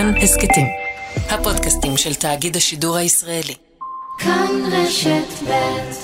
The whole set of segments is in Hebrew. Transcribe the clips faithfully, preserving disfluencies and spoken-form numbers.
כאן הסקטים, הפודקאסטים של תאגיד השידור הישראלי. כאן רשת ב'.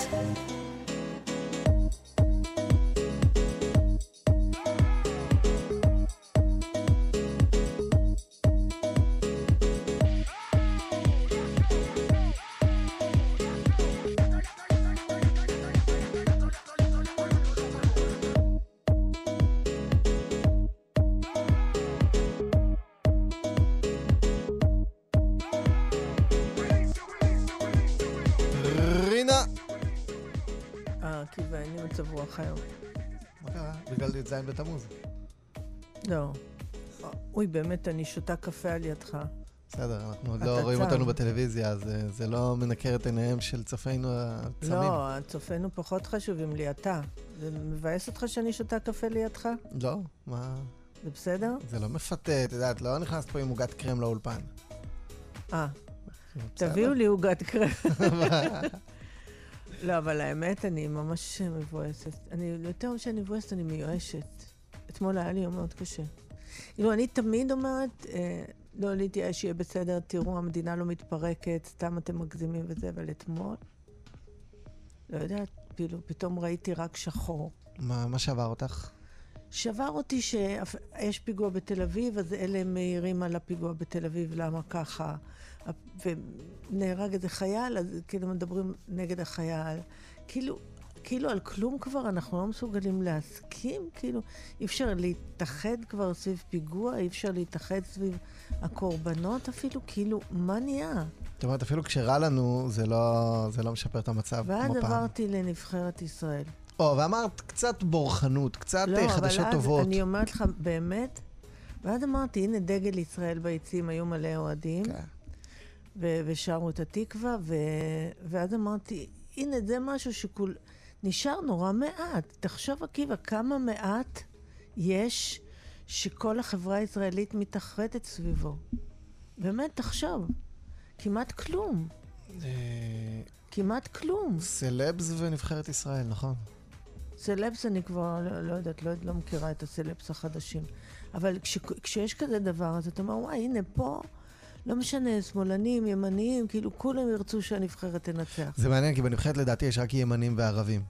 מה קרה? בגלל י"ז בתמוז. לא. אוי, באמת, אני שותה קפה על ידך. בסדר, אנחנו עוד לא רואים אותנו בטלוויזיה, אז זה לא מנקר את עיניהם של צופינו הצמים. לא, צופינו פחות חשובים לי, אתה. זה מבאס אותך שאני שותה קפה לידך? לא, מה? זה בסדר? זה לא מפתה, את יודעת, לא נכנסת פה עם עוגת קרם לאולפן. אה, תביאו לי עוגת קרם. לא, אבל האמת, אני ממש מבואסת. אני, יותר שאני מבואסת, אני מיואשת. אתמול היה לי יום מאוד קשה. כאילו, אני תמיד אומרת, אה, לא להתייאש, שיהיה בסדר, תראו, המדינה לא מתפרקת, סתם אתם מגזימים וזה, אבל אתמול, לא יודעת, כאילו, פתאום ראיתי רק שחור. מה, מה שבר אותך? שבר אותי שיש פיגוע בתל אביב, אז אלה מהירים על הפיגוע בתל אביב, למה ככה? ונהרג איזה חייל, אז כאילו מדברים נגד החייל. כאילו, כאילו על כלום כבר אנחנו לא מסוגלים להסכים, כאילו אי אפשר להתאחד כבר סביב פיגוע, אי אפשר להתאחד סביב הקורבנות אפילו, כאילו, מה נהיה? זאת אומרת, אפילו כשרע לנו, זה לא, זה לא משפר את המצב כמו פעם. ואז עברתי לנבחרת ישראל. או, ואמרת קצת בורחנות, קצת לא, חדשות אבל טובות. אז אני אומרת לך, באמת, ואז אמרתי, הנה דגל ישראל ביציעים, היו מלא אוהדים. כן. ו- ושרו את התקווה, ו- ואז אמרתי, הנה, זה משהו שכול... נשאר נורא מעט. תחשוב, עקיבא, כמה מעט יש שכל החברה הישראלית מתאחדת סביבו. באמת, תחשוב. כמעט כלום. כמעט כלום. סלבס ונבחרת ישראל, נכון? סלבס אני כבר לא, לא יודעת, לא, לא מכירה את הסלבס החדשים. אבל כש- כשיש כזה דבר, אז אתה אומר, וואי, הנה פה... לא משנה, שמאלנים, ימניים, כאילו כולם ירצו שהנבחרת תנצח. זה מעניין, כי בנבחרת לדעתי יש רק ימנים וערבים.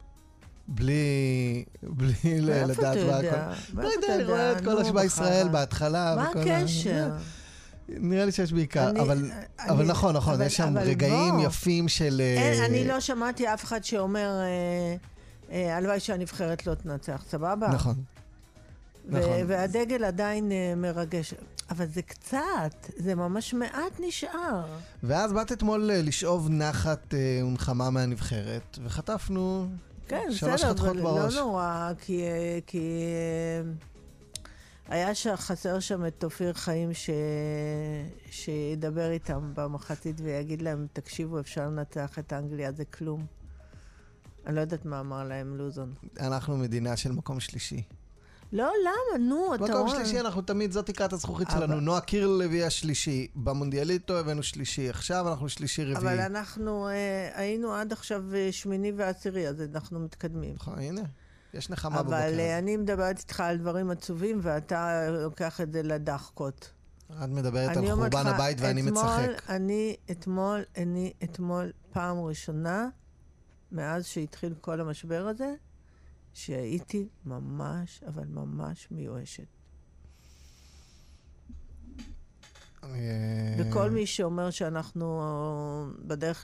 בלי, בלי לדעת... מאיפה אתה יודע? לא יודע, אני רואה את כל השבע ישראל בהתחלה. מה הקשר? נראה לי שיש בעיקר, אבל נכון, נכון, יש שם רגעים יפים של... אני לא שמעתי אף אחד שאומר, הלוואי שהנבחרת לא תנצח, סבבה? נכון. והדגל עדיין מרגש. אבל זה קצת, זה ממש מעט נשאר. ואז באת אתמול לשאוב נחת ונחמה מהנבחרת, וחטפנו כן, שלוש בסדר, חתכות בראש. לא נורא, כי, כי היה חסר שם את תופיר חיים ש... שידבר איתם במחצית ויגיד להם, תקשיבו, אפשר לנצח את אנגליה, זה כלום. אני לא יודעת מה אמר להם לוזון. אנחנו מדינה של מקום שלישי. לא, למה? נו, אתה רואה. מקום שלישי, אנחנו תמיד, זאת תקרת הזכוכית שלנו. נועה קירל הביא השלישי. במונדיאליטו הבאנו שלישי. עכשיו אנחנו שלישי רביעי. אבל אנחנו היינו עד עכשיו שמיני ועשירי, אז אנחנו מתקדמים. הנה, יש נחמה בבוקר. אבל אני מדברת איתך על דברים עצובים, ואתה לוקח את זה לדחקות. את מדברת על חורבן הבית ואני מצחק. אני אתמול, אני אתמול פעם ראשונה, מאז שהתחיל כל המשבר הזה, שהייתי ממש, אבל ממש מיואשת. וכל מי שאומר שאנחנו בדרך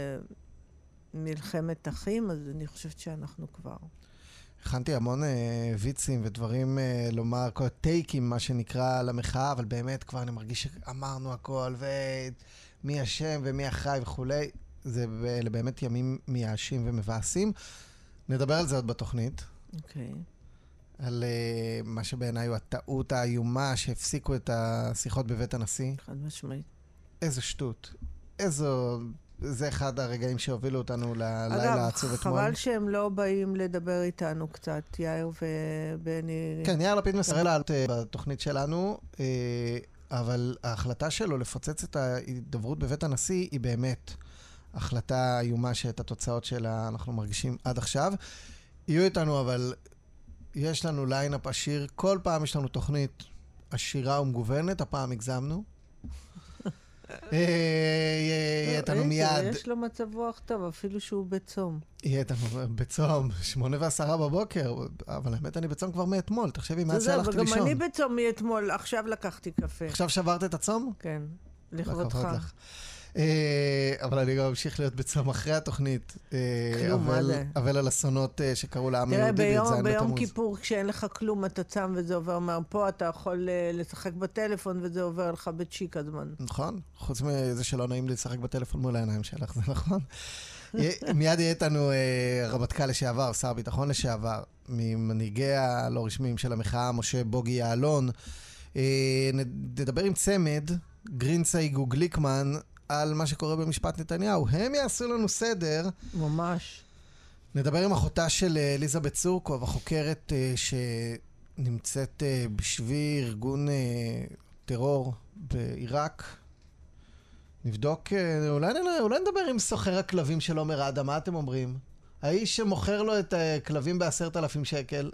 למלחמת אחים, אז אני חושבת שאנחנו כבר. הכנתי המון ויצים ודברים לומר, כל טייקים, מה שנקרא, למחאה, אבל באמת כבר אני מרגיש שאמרנו הכל, ומי אשם ומי אחראי וכולי. זה באמת ימים מייאשים ומבאסים. נדבר על זה עוד בתוכנית. אוקיי. על uh, מה שבעיניי הוא הטעות האיומה שהפסיקו את השיחות בבית הנשיא. חד משמעית. איזו שטות. איזו... זה אחד הרגעים שהובילו אותנו ללילה העצוב אתמול. אגב, חבל שהם לא באים לדבר איתנו קצת, יאיר ובני... כן, יאיר לפיד מסרב לעלות בתוכנית שלנו, אבל ההחלטה שלו לפוצץ את ההידברות בבית הנשיא היא באמת החלטה איומה שאת התוצאות שלה אנחנו מרגישים עד עכשיו. יהיו איתנו, אבל יש לנו ליינאפ עשיר, כל פעם יש לנו תוכנית עשירה ומגוונת, הפעם הגזמנו. יהיה איתנו מיד. יש לו מצב רוח טוב, אפילו שהוא בצום. יהיה איתנו בצום, שמונה ועשרה בבוקר, אבל האמת אני בצום כבר מאתמול, תחשבי, מה זה הלכתי לישון? וגם אני בצום מאתמול, עכשיו לקחתי קפה. עכשיו שברת את הצום? כן, לכבודך. אבל אני גם ממשיך להיות בצום אחרי התוכנית. כלום, מה זה? אבל על אסונות שקראו לעם היהודי. תראה, ביום כיפור כשאין לך כלום, אתה צם וזה עובר מהפה, אתה יכול לשחק בטלפון וזה עובר לך בצ'יק הזמן. נכון, חוץ מזה שלא נעים לשחק בטלפון מול העיניים שלך, זה נכון. מיד יהיה איתנו רמטכ"ל לשעבר, שר ביטחון לשעבר, ממנהיגי הלא רשמיים של המחאה, משה בוגי יעלון. נדבר עם צמד, גרינצייג וגליקמן, על מה שקורה במשפט נתניהו. הם יעשו לנו סדר. ממש. נדבר עם אחותה של אליזבת צורקוב, החוקרת שנמצאת בשבי ארגון טרור בעיראק. נבדוק, אולי, אולי נדבר עם סוחר הכלבים של עומר אדם, מה אתם אומרים? האיש שמוכר לו את הכלבים בעשרת אלפים שקל.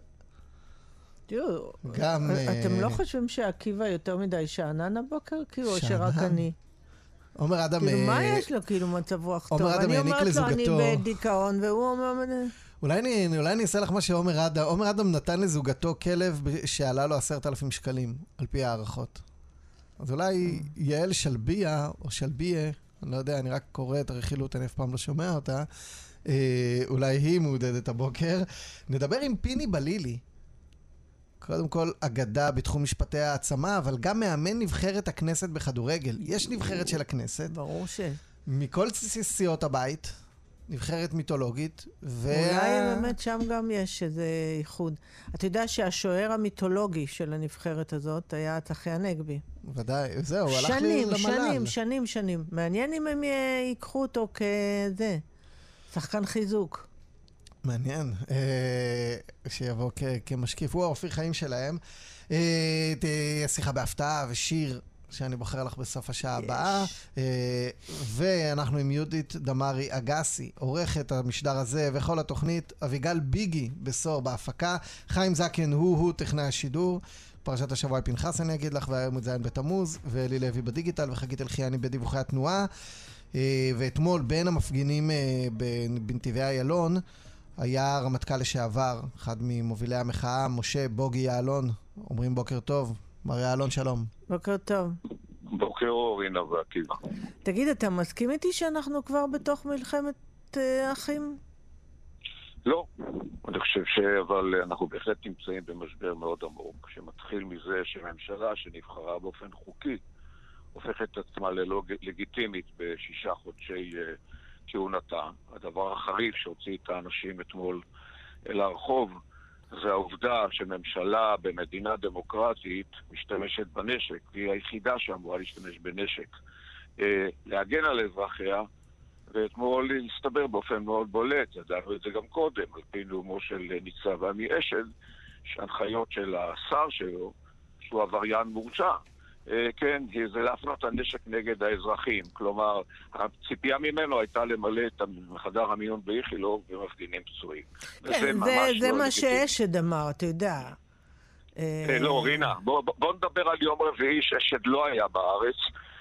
תראו, גם... אתם לא חושבים שעקיבא יותר מדי שענן הבוקר? כאילו, שרק אני... עומר אדם... כאילו, מה יש לו? כאילו, מצב רוח טוב. עומר אדם העניק לזוגתו... אני אומרת לו, אני בדיכאון, והוא אומר... אולי אני, אולי אני אעשה לך מה שעומר אדם... עומר אדם נתן לזוגתו כלב שעלה לו עשרת אלפים שקלים, על פי הערכות. אז אולי יעל שלביה, או שלביה, אני לא יודע, אני רק קורא את הרכילות, אני אף פעם לא שומע אותה, אה, אולי היא מעודדת הבוקר. נדבר עם פיני בלילי. קודם כל, אגדה בתחום משפטי העצמה, אבל גם מאמן נבחרת הכנסת בכדורגל. יש נבחרת של הכנסת. ברור ש... מכל סיעות הבית, נבחרת מיתולוגית, ו... אולי באמת שם גם יש איזה ייחוד. אתה יודע שהשוער המיתולוגי של הנבחרת הזאת היה צחי הנגבי. ודאי, זהו, הוא הלך לי למל"ל. שנים, שנים, שנים, שנים. מעניין אם הם ייקחו אותו כזה. שחקן חיזוק. מעניין, אה, שיבוא כ- כמשקיף. הוא האופי חיים שלהם. אה, תהיה שיחה בהפתעה ושיר שאני בוחר לך בסוף השעה הבאה. אה, ואנחנו עם יהודית דמרי אגסי, עורכת המשדר הזה וכל התוכנית. אביגל ביגי בסור בהפקה. חיים זקן הוא-הוא טכנאי השידור. פרשת השבוע פנחס אני אגיד לך, והיום זין בתמוז, ואלי לוי בדיגיטל וחגית אלחייני בדיווחי התנועה. אה, ואתמול בין המפגינים אה, בנתיבי איילון, היה רמטכ"ל לשעבר, אחד ממובילי המחאה, משה בוגי יעלון. אומרים בוקר טוב. מר יעלון, שלום. בוקר טוב. בוקר אור, רינה ועקיבא. תגיד, אתה מסכים איתי שאנחנו כבר בתוך מלחמת אה, אחים? לא. אני חושב שאבל אנחנו בהחלט נמצאים במשבר מאוד עמוק, שמתחיל מזה שממשלה שנבחרה באופן חוקי, הופכת את עצמה ללא לגיטימית בשישה חודשי... אה, כהונתה. הדבר החריף שהוציא את האנשים אתמול אל הרחוב זה העובדה שממשלה במדינה דמוקרטית משתמשת בנשק, והיא היחידה שאמורה להשתמש בנשק אה, להגן על אזרחיה, ואתמול הסתבר באופן מאוד בולט, ידענו את זה גם קודם, על פי נאומו של ניצב עמי אשד, שהנחיות של השר שלו, שהוא עבריין מורשע, כן, זה להפנות הנשק נגד האזרחים. כלומר, הציפייה ממנו הייתה למלא את חדר המיון באיכילוב ומפגינים פצועים. כן, זה מה שאשד אמר, אתה יודע. לא, רינה, בוא נדבר על יום רביעי שאשד לא היה בארץ,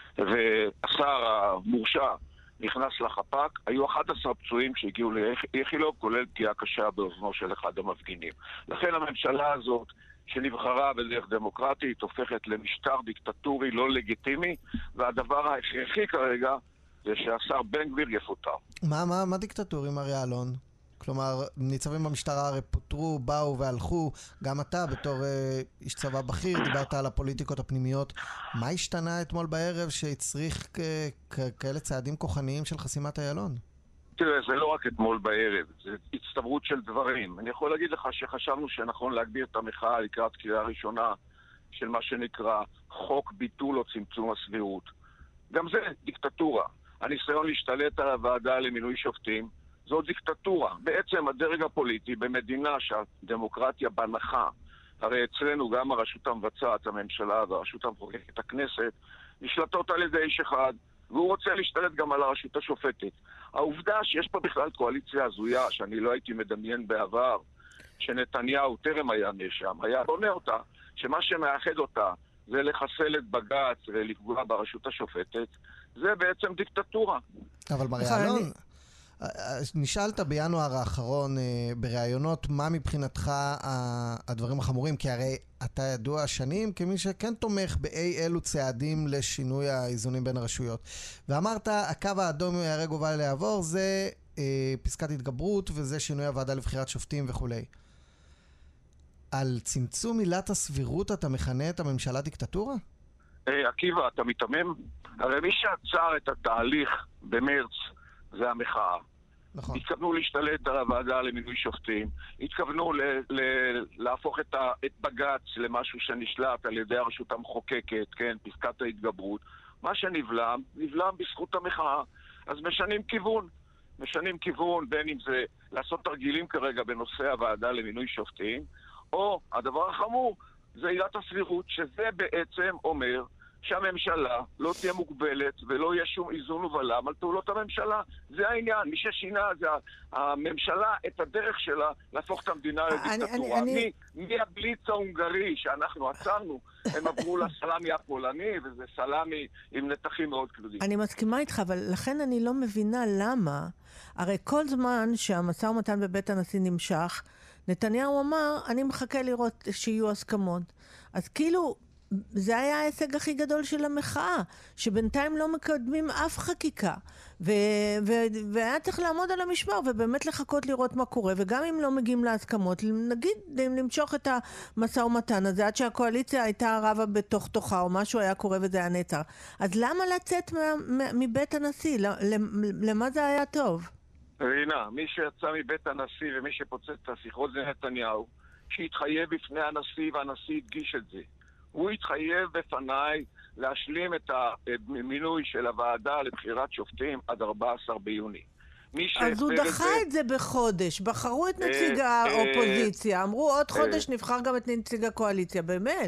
והשר המורשע נכנס לחפ"ק, היו אחד עשר פצועים שהגיעו לאיכילוב, כולל פגיעה קשה באוזנו של אחד המפגינים. לכן הממשלה הזאת, שנבחרה בדרך דמוקרטית, הופכת למשטר דיקטטורי לא לגיטימי, והדבר ההכרחי כרגע זה שהשר בן גביר יפוטר. מה, מה, מה דיקטטורי, מר יעלון? כלומר, ניצבים במשטרה הרי פוטרו, באו והלכו, גם אתה בתור אה, איש צבא בכיר, דיברת על הפוליטיקות הפנימיות. מה השתנה אתמול בערב שהצריך כ- כ- כאלה צעדים כוחניים של חסימת איילון? תראה, זה לא רק אתמול בערב, זה הצטברות של דברים. אני יכול להגיד לך שחשבנו שנכון להגביר את המחאה לקראת קריאה ראשונה של מה שנקרא חוק ביטול או צמצום הסבירות. גם זה דיקטטורה. הניסיון להשתלט על הוועדה למינוי שופטים, זו דיקטטורה. בעצם הדרג הפוליטי במדינה שהדמוקרטיה בנחה, הרי אצלנו גם הרשות המבצעת, הממשלה והרשות המחוקקת הכנסת, נשלטות על ידי איש אחד, והוא רוצה להשתלט גם על הרשות השופטת. העובדה שיש פה בכלל קואליציה הזויה, שאני לא הייתי מדמיין בעבר, שנתניהו טרם היה נאשם, היה בונה אותה, שמה שמאחד אותה זה לחסל את בג"ץ ולפגוע ברשות השופטת, זה בעצם דיקטטורה. אבל מר יעלון, נשאלת בינואר האחרון בראיונות מה מבחינתך הדברים החמורים, כי הרי אתה ידוע שנים כמי שכן תומך באי אלו צעדים לשינוי האיזונים בין הרשויות. ואמרת, הקו האדום יהרג ובל יעבור, זה אה, פסקת התגברות וזה שינוי הוועדה לבחירת שופטים וכו'. על צמצום עילת הסבירות אתה מכנה את הממשלה דיקטטורה? אה, עקיבא, אתה מתאמם? הרי מי שעצר את התהליך במרץ זה המחאה. נכון. התכוונו להשתלט על הוועדה למינוי שופטים, התכוונו ל- ל- להפוך את, ה- את בג"ץ למשהו שנשלט על ידי הרשות המחוקקת, כן, פסקת ההתגברות. מה שנבלם, נבלם בזכות המחאה. אז משנים כיוון. משנים כיוון בין אם זה לעשות תרגילים כרגע בנושא הוועדה למינוי שופטים, או הדבר החמור זה עילת הסבירות, שזה בעצם אומר שהממשלה לא תהיה מוגבלת ולא יהיה שום איזון ובלם על פעולות הממשלה. זה העניין. מי ששינה זה הממשלה את הדרך שלה להפוך את המדינה לדיקטטורה. מי, מי הבליץ ההונגרי שאנחנו עצרנו, הם עברו לסלאמי הפולני, וזה סלאמי עם נתחים מאוד כבדים. אני מסכימה איתך, אבל לכן אני לא מבינה למה. הרי כל זמן שהמשא ומתן בבית הנשיא נמשך, נתניהו אמר, אני מחכה לראות שיהיו הסכמות. אז כאילו, זה היה ההישג הכי גדול של המחאה, שבינתיים לא מקדמים אף חקיקה, ו- ו- והיה צריך לעמוד על המשמר ובאמת לחכות לראות מה קורה, וגם אם לא מגיעים להסכמות, נגיד למשוך את המשא ומתן הזה, עד שהקואליציה הייתה רבה בתוך תוכה, או משהו היה קורה וזה היה נעצר. אז למה לצאת מ- מ- מבית הנשיא? למה זה היה טוב? רינה, מי שיצא מבית הנשיא ומי שפוצץ את השיחות זה נתניהו, שהתחייב בפני הנשיא והנשיא הדגיש את זה. הוא התחייב בפניי להשלים את המינוי של הוועדה לבחירת שופטים עד ארבעה עשר ביוני. אז הוא דחה את זה בחודש, בחרו את נציג האופוזיציה, אמרו עוד חודש נבחר גם את נציג הקואליציה, באמת.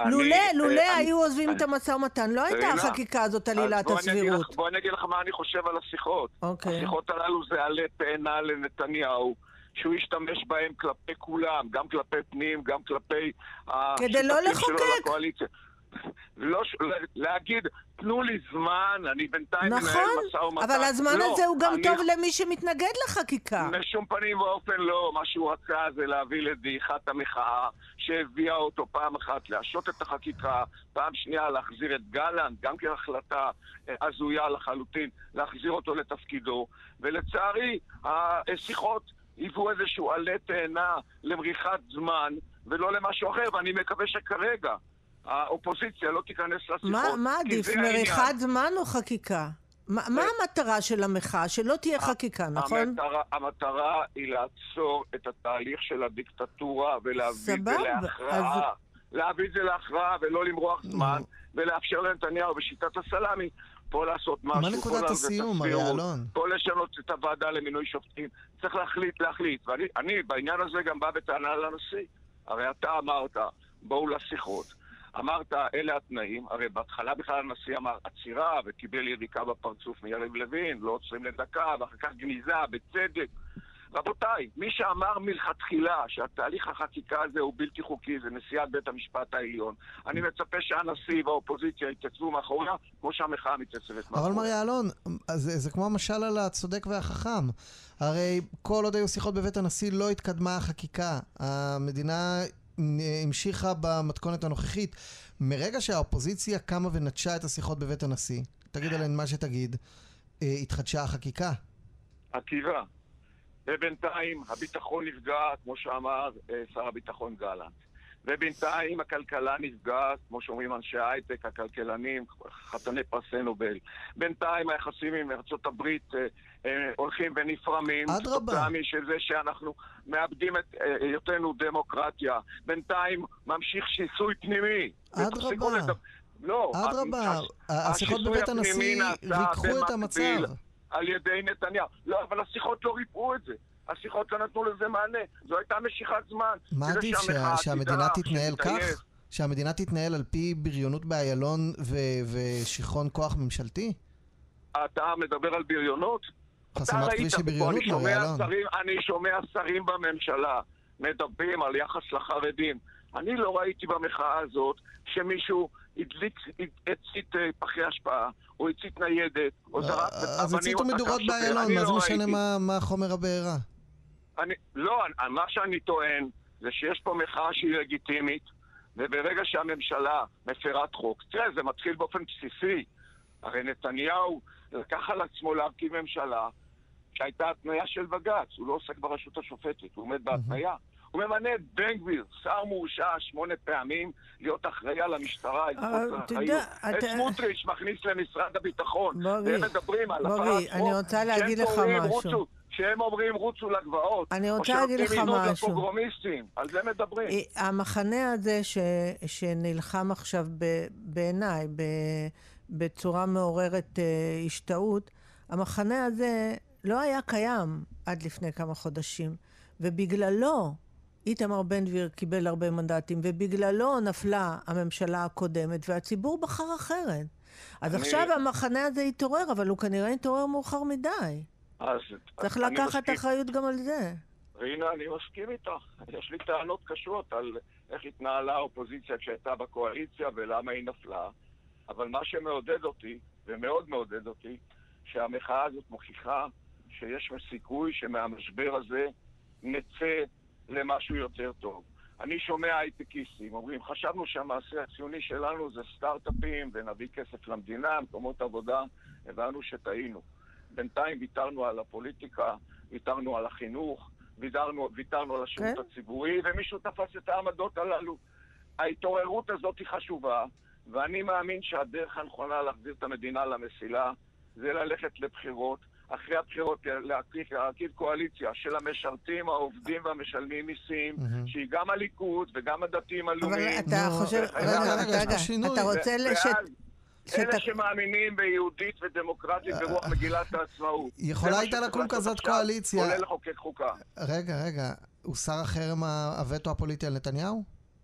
לולא היו עוזבים את המשא ומתן, לא הייתה החקיקה הזאת על עילת הסבירות. בוא אני אגיד לך מה אני חושב על השיחות. השיחות הללו זה עלה תאנה לנתניהו, שהוא ישתמש בהם כלפי כולם, גם כלפי פנים, גם כלפי כדי לא לחוקק. לא, להגיד, תנו לי זמן, אני בינתיים נכון, מנהל משא ומתן. אבל הזמן לא, הזה הוא גם אני... טוב למי שמתנגד לחקיקה. בשום פנים ואופן לא. מה שהוא רצה זה להביא לדעיכת המחאה, שהביאה אותו פעם אחת להשעות את החקיקה, פעם שנייה להחזיר את גלנט, גם כהחלטה הזויה לחלוטין, להחזיר אותו לתפקידו. ולצערי, השיחות היוו איזשהו עלה תאנה למריחת זמן, ולא למשהו אחר, ואני מקווה שכרגע האופוזיציה לא תיכנס לשיחות. מה, מה עדיף, מריחת זמן או חקיקה? מה, מה המטרה של המחאה? שלא תהיה חקיקה, נכון? המטרה, המטרה היא לעצור את התהליך של הדיקטטורה ולהביא את זה להכרעה. אז... להביא את זה להכרעה ולא למרוח זמן, ולאפשר לנתניהו בשיטת הסלאמי פה לעשות משהו. מה נקודת הסיום, מר יעלון? פה לשנות את הוועדה למינוי שופטים. צריך להחליט, להחליט. ואני אני, בעניין הזה גם בא בטענה לנשיא. הרי אתה אמרת, בואו לשיחות. אמרת, אלה התנאים. הרי בהתחלה בכלל הנשיא אמר עצירה וקיבל יריקה בפרצוף מיריב לוין, לא עוצרים לדקה, ואחר כך גניזה, בצדק. רבותיי, מי שאמר מלכתחילה שהתהליך החקיקה הזה הוא בלתי חוקי, זה נשיאת בית המשפט העליון. אני מצפה שהנשיא והאופוזיציה יתייצבו מאחוריה, כמו שהמחאה מתייצבת מאחוריה. אבל מר יעלון, זה, זה כמו המשל על הצודק והחכם. הרי כל עוד היו שיחות בבית הנשיא לא התקדמה החקיקה. המדינה המשיכה במתכונת הנוכחית. מרגע שהאופוזיציה קמה ונטשה את השיחות בבית הנשיא, תגיד עליהן מה שתגיד, התחדשה החקיקה. עקיבא. ובינתיים הביטחון נפגע, כמו שאמר שר הביטחון גלנט. ובינתיים הכלכלה נפגעת, כמו שאומרים אנשי ההייטק, הכלכלנים, חתני פרסי נובל. בינתיים היחסים עם ארצות הברית אה, אה, הולכים ונפרמים. אדרבה. שזה שאנחנו מאבדים את אה, היותנו דמוקרטיה. בינתיים ממשיך שיסוי פנימי. אדרבה. לדבר... לא. אדרבה. השיחות בבית הנשיא ריקחו את המצב. על ידי נתניהו. לא, אבל השיחות לא ריפאו את זה. השיחות לא נתנו לזה מענה. זו הייתה משיכת זמן. מה עדיף, שהמדינה תתנהל כך? שהמדינה תתנהל על פי בריונות באיילון ושיכרון כוח ממשלתי? אתה מדבר על בריונות? חסימת כביש היא בריונות, מר יעלון. אני שומע שרים בממשלה מדברים על יחס לחרדים. אני לא ראיתי במחאה הזאת שמישהו הדליק, הצית פחי השפעה, או הצית ניידת, או זרק... אז הציתו מדורות באיילון, מה זה משנה מה חומר הבעירה? לא, מה שאני טוען זה שיש פה מחאה שהיא לגיטימית, וברגע שהממשלה מפרת חוק, תראה, זה מתחיל באופן בסיסי. הרי נתניהו לקח על עצמו להרכיב ממשלה שהייתה התניה של בג"ץ, הוא לא עוסק ברשות השופטת, הוא עומד בהתניה. הוא ממנה את בן גביר, שר מורשע שמונה פעמים, להיות אחראי על המשטרה, את סמוטריץ' מכניס למשרד הביטחון, והם מדברים על הפרת חוק, אני רוצה להגיד לך משהו. שהם אומרים רוצו לגבעות, אני רוצה להגיד לך משהו. לפוגרומיסטים, על זה מדברים. המחנה הזה שנלחם עכשיו בעיניי, בצורה מעוררת השתאות, המחנה הזה לא היה קיים עד לפני כמה חודשים, ובגללו איתמר בן גביר קיבל הרבה מנדטים, ובגללו נפלה הממשלה הקודמת, והציבור בחר אחרת. אז אני... עכשיו המחנה הזה יתעורר, אבל הוא כנראה יתעורר מאוחר מדי. אז, צריך אז לקחת אחריות גם על זה. רינה, אני מסכים איתך. יש לי טענות קשות על איך התנהלה האופוזיציה כשהייתה בקואליציה ולמה היא נפלה. אבל מה שמעודד אותי, ומאוד מעודד אותי, שהמחאה הזאת מוכיחה שיש סיכוי שמהמשבר הזה נצא למשהו יותר טוב. אני שומע הייטקיסטים, אומרים, חשבנו שהמעשה הציוני שלנו זה סטארט-אפים ונביא כסף למדינה, מקומות עבודה, הבנו שטעינו. בינתיים ויתרנו על הפוליטיקה, ויתרנו על החינוך, ויתרנו, ויתרנו על השירות כן? הציבורי, ומישהו תפס את העמדות הללו. ההתעוררות הזאת היא חשובה, ואני מאמין שהדרך הנכונה להחזיר את המדינה למסילה, זה ללכת לבחירות, אחרי הבחירות להרכיב קואליציה של המשרתים, העובדים והמשלמים מיסים, mm-hmm. שהיא גם הליכוד וגם הדתיים הלאומיים. אבל אתה חושב, רגע, רגע, רגע, אתה רוצה לשת... אלה שמאמינים ביהודית ודמוקרטית ברוח מגילת העצמאות. יכולה הייתה לקום כזאת קואליציה. כולל לחוקק חוקה. רגע, רגע, הוא שר החרם הווטו הפוליטי על נתניהו?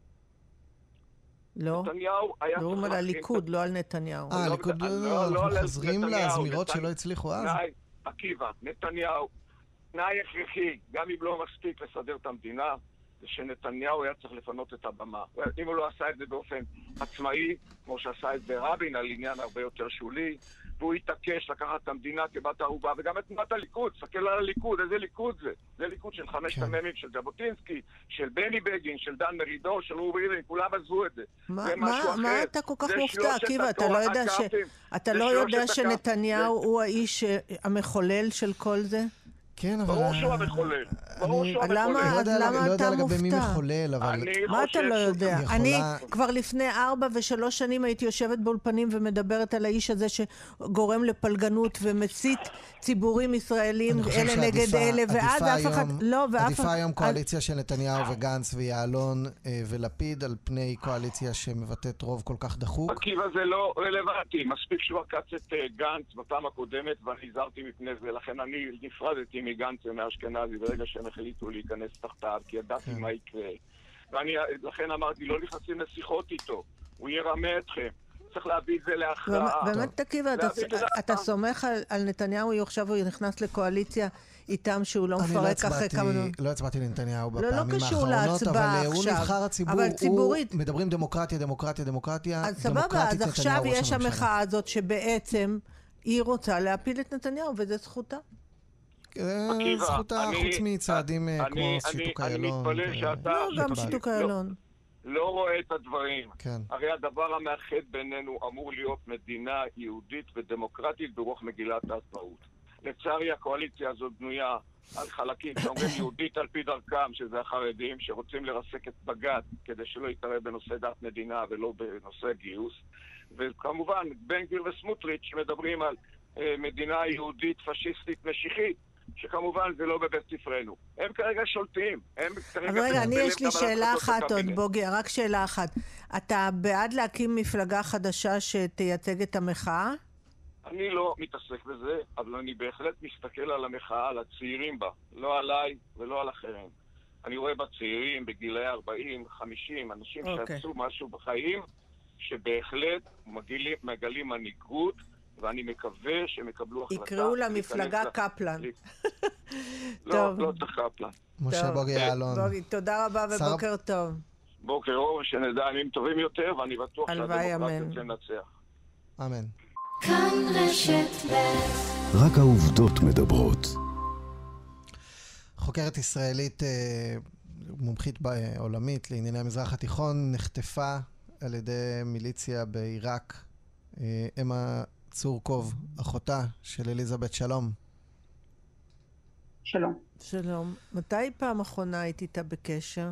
לא. נתניהו היה... דברים על הליכוד, לא על נתניהו. אה, הליכוד לא חוזרים לזמירות שלא הצליחו אז? עקיבא, נתניהו, תנאי הכרחי, גם אם לא מספיק לסדר את המדינה, זה שנתניהו היה צריך לפנות את הבמה. אם הוא לא עשה את זה באופן עצמאי, כמו שעשה את זה רבין, על עניין הרבה יותר שולי, והוא התעקש לקחת את המדינה כבת ערובה, וגם את תנועת הליכוד, תסתכל על הליכוד, איזה ליכוד זה? זה ליכוד של חמשת כן. המ"מים, של ז'בוטינסקי, של בני בגין, של דן מרידור, של רובי ריבלין, כולם עזבו את זה. מה, מה, מה אתה כל כך מופתע, עקיבא? אתה לא יודע, ש... אתה לא יודע שנתניהו זה... הוא האיש המחולל של כל זה? כן, אבל... ברור שהוא המחולל. ברור שהוא המחולל. למה אתה מופתע? מי מחולל, אבל... מה אתה לא יודע? אני כבר לפני ארבע ושלוש שנים הייתי יושבת באולפנים ומדברת על האיש הזה שגורם לפלגנות ומצית ציבורים ישראלים, אלה נגד אלה, ואז אף אחד... עדיפה היום קואליציה של נתניהו וגנץ ויעלון ולפיד על פני קואליציה שמבטאת רוב כל כך דחוק. עקיבא זה לא רלוונטי. מספיק שהוא עקץ את גנץ בפעם הקודמת ואני הזהרתי מפני זה, לכן אני נפרדתי מגנץ ומאשכנזי ברגע שהם החליטו להיכנס תחתיו, כי ידעתי מה יקרה. ואני לכן אמרתי, לא נכנסים לשיחות איתו, הוא ירמה אתכם. צריך להביא את זה להכרעה. באמת תקיבה, אתה סומך על נתניהו, עכשיו הוא נכנס לקואליציה איתם שהוא לא מפרק אחרי כמה... אני לא הצבעתי לנתניהו בפעמים האחרונות, אבל הוא נבחר הציבור, הוא מדברים דמוקרטיה, דמוקרטיה, דמוקרטיה, אז סבבה, אז עכשיו יש המחאה הזאת שבעצם היא רוצה להפיל את נתניהו, וזה זכותה. זכותה חוץ מצעדים כמו שיתוק איילון. אני מתפלא שאתה... לא, גם שיתוק איילון. לא רואה את הדברים. הרי הדבר המאחד בינינו אמור להיות מדינה יהודית ודמוקרטית ברוח מגילת העצמאות. לצערי הקואליציה הזאת בנויה על חלקים שאומרים יהודית על פי דרכם, שזה החרדים, שרוצים לרסק את בג"ץ כדי שלא יתערב בנושא דת מדינה ולא בנושא גיוס. וכמובן, בן גביר וסמוטריץ' מדברים על אה, מדינה יהודית פשיסטית משיחית, שכמובן זה לא בבית ספרנו. הם כרגע שולטים. הם כרגע... אבל רגע, אני יש לי שאלה אחת עוד, בוגי, רק שאלה אחת. אתה בעד להקים מפלגה חדשה שתייצג את המחאה? אני לא מתעסק בזה, אבל אני בהחלט מסתכל על המחאה, על הצעירים בה. לא עליי ולא על אחרים. אני רואה בצעירים בגילי ארבעים, חמישים, אנשים okay. שעשו משהו בחיים, שבהחלט מגלים, מגלים מנהיגות, ואני מקווה שהם יקבלו החלטה. יקראו למפלגה קפלן. לא, לא צריך קפלן. משה בוגי יעלון. בוגי, תודה רבה ובוקר טוב. בוקר אור, שנדע ימים טובים יותר, ואני בטוח שהדמוקרטיה תנצח. אמן. כאן רשת ב' רק העובדות מדברות. חוקרת ישראלית מומחית עולמית לענייני המזרח התיכון נחטפה על ידי מיליציה בעיראק. אמה צורקוב, אחותה של אליזבת, שלום. שלום. שלום. מתי פעם אחרונה היית איתה בקשר?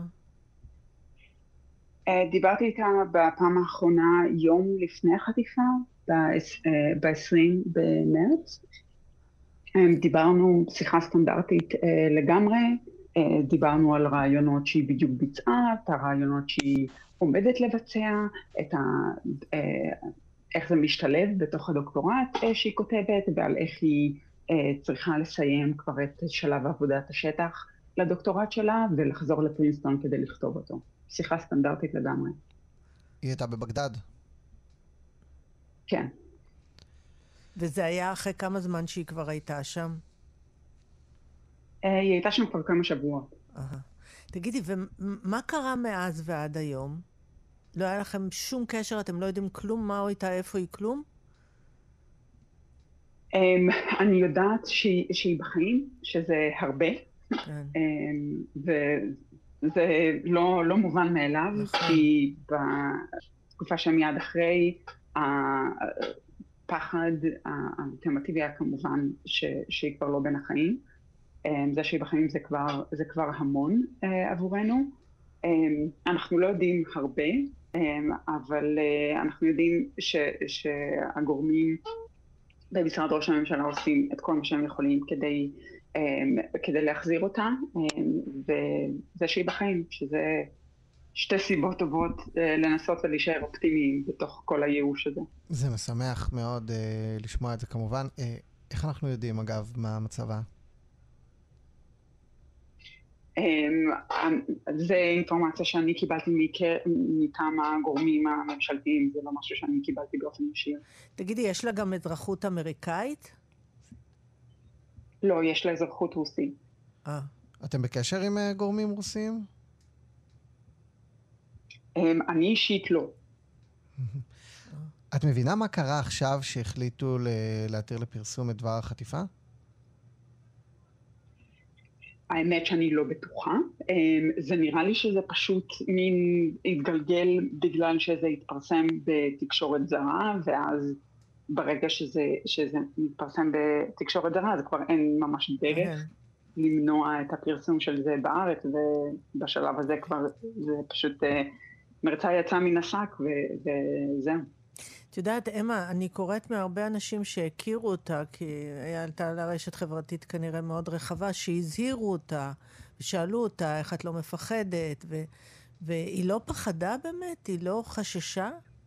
דיברתי איתה בפעם האחרונה יום לפני החטיפה, ב-עשרים במרץ. דיברנו שיחה סטנדרטית לגמרי, דיברנו על רעיונות שהיא בדיוק ביצעה, את הרעיונות שהיא עומדת לבצע, את ה... איך זה משתלב בתוך הדוקטורט שהיא כותבת, ועל איך היא צריכה לסיים כבר את שלב עבודת השטח לדוקטורט שלה, ולחזור לפרינסטון כדי לכתוב אותו. שיחה סטנדרטית לגמרי. היא הייתה בבגדד? כן. וזה היה אחרי כמה זמן שהיא כבר הייתה שם? היא הייתה שם כבר כמה שבועות. תגידי, ומה קרה מאז ועד היום? לא היה לכם שום קשר, אתם לא יודעים כלום, מה או איתה, איפה היא כלום? אני יודעת שהיא בחיים, שזה הרבה, וזה לא מובן מאליו, כי בתקופה שמיד אחרי, הפחד האלטרנטיבי היה כמובן שהיא כבר לא בין החיים. זה שהיא בחיים זה כבר המון עבורנו. אנחנו לא יודעים הרבה, אבל אנחנו יודעים שהגורמים במשרד ראש הממשלה עושים את כל מה שהם יכולים כדי, כדי להחזיר אותה, וזה שהיא בחיים, שזה שתי סיבות טובות לנסות ולהישאר אופטימיים בתוך כל הייאוש הזה. זה משמח מאוד לשמוע את זה כמובן. איך אנחנו יודעים אגב מה מצבה? זה אינפורמציה שאני קיבלתי מטעם הגורמים הממשלתיים, זה לא משהו שאני קיבלתי באופן ישיר. תגידי, יש לה גם אזרחות אמריקאית? לא, יש לה אזרחות רוסית. אתם בקשר עם גורמים רוסיים? אני אישית לא. את מבינה מה קרה עכשיו שהחליטו להתיר לפרסום את דבר החטיפה? האמת שאני לא בטוחה. זה נראה לי שזה פשוט מין התגלגל בגלל שזה התפרסם בתקשורת זרה, ואז ברגע שזה, שזה מתפרסם בתקשורת זרה, זה כבר אין ממש דרך למנוע את הפרסום של זה בארץ, ובשלב הזה כבר זה פשוט מרצה יצא מן השק וזהו. את יודעת, אמה, אני קוראת מהרבה אנשים שהכירו אותה, כי הייתה לה רשת חברתית כנראה מאוד רחבה, שהזהירו אותה, ושאלו אותה איך את לא מפחדת, ו... והיא לא פחדה באמת? היא לא חששה?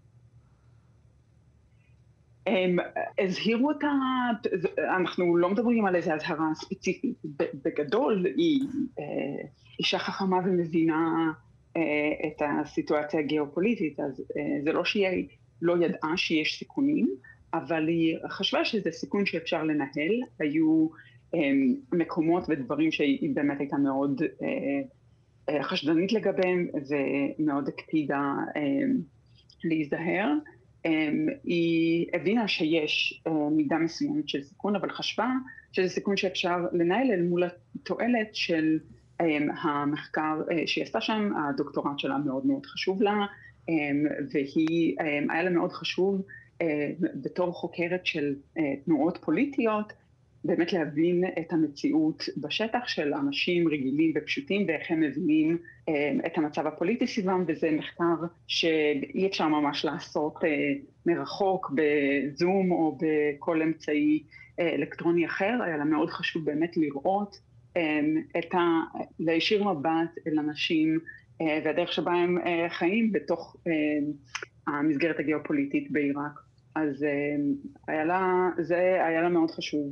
הם הזהירו אותה, אנחנו לא מדברים על איזו הזהרה ספציפית, בגדול היא אישה חכמה ומבינה את הסיטואציה הגיאופוליטית, אז זה לא שהיא לא ידעה שיש סיכונים, אבל היא חשבה שזה סיכון שאפשר לנהל. היו מקומות ודברים שהיא באמת הייתה מאוד חשדנית לגביהם, ומאוד הקפידה להיזהר. היא הבינה שיש מידה מסוימת של סיכון, אבל חשבה שזה סיכון שאפשר לנהל אל מול התועלת של המחקר שהיא עשתה שם. הדוקטורט שלה מאוד מאוד חשוב לה, והיא, היה לה מאוד חשוב בתור חוקרת של תנועות פוליטיות, באמת להבין את המציאות בשטח של אנשים רגילים ופשוטים, ואיך הם מבינים את המצב הפוליטי סביבם, וזה מחקר שאי אפשר ממש לעשות מרחוק בזום או בכל אמצעי אלקטרוני אחר. היה לה מאוד חשוב באמת לראות את ה... להישיר מבט אל אנשים, והדרך שבה הם חיים בתוך המסגרת הגיאופוליטית בעיראק. אז היה לה, זה היה לה מאוד חשוב,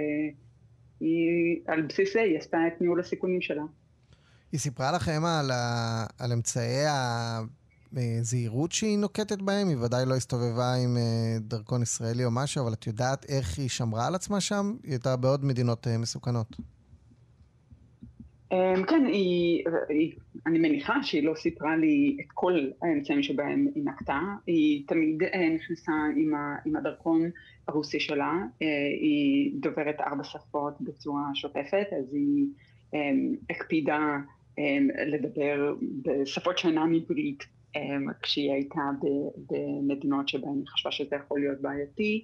והיא, על בסיס זה, היא עשתה את ניהול הסיכונים שלה. היא סיפרה לכם על, ה, על אמצעי הזהירות שהיא נוקטת בהם? היא ודאי לא הסתובבה עם דרכון ישראלי או משהו, אבל את יודעת איך היא שמרה על עצמה שם? היא הייתה בעוד מדינות מסוכנות. כן, היא, היא, אני מניחה שהיא לא סיפרה לי את כל האמצעים שבהם היא נקטה. היא תמיד נכנסה עם, ה, עם הדרכון הרוסי שלה. היא דוברת ארבע שפות בצורה שוטפת, אז היא הקפידה לדבר בשפות שאינן עברית כשהיא הייתה במדינות שבהן היא חשבה שזה יכול להיות בעייתי.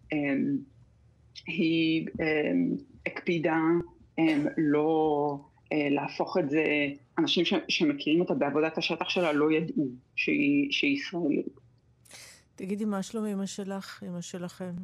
היא הקפידה לא להפוך את זה, אנשים ש, שמכירים אותה בעבודת השטח שלה לא ידעו שהיא, שהיא ישראלית. תגידי, מה שלום אמא שלך, אמא שלכם?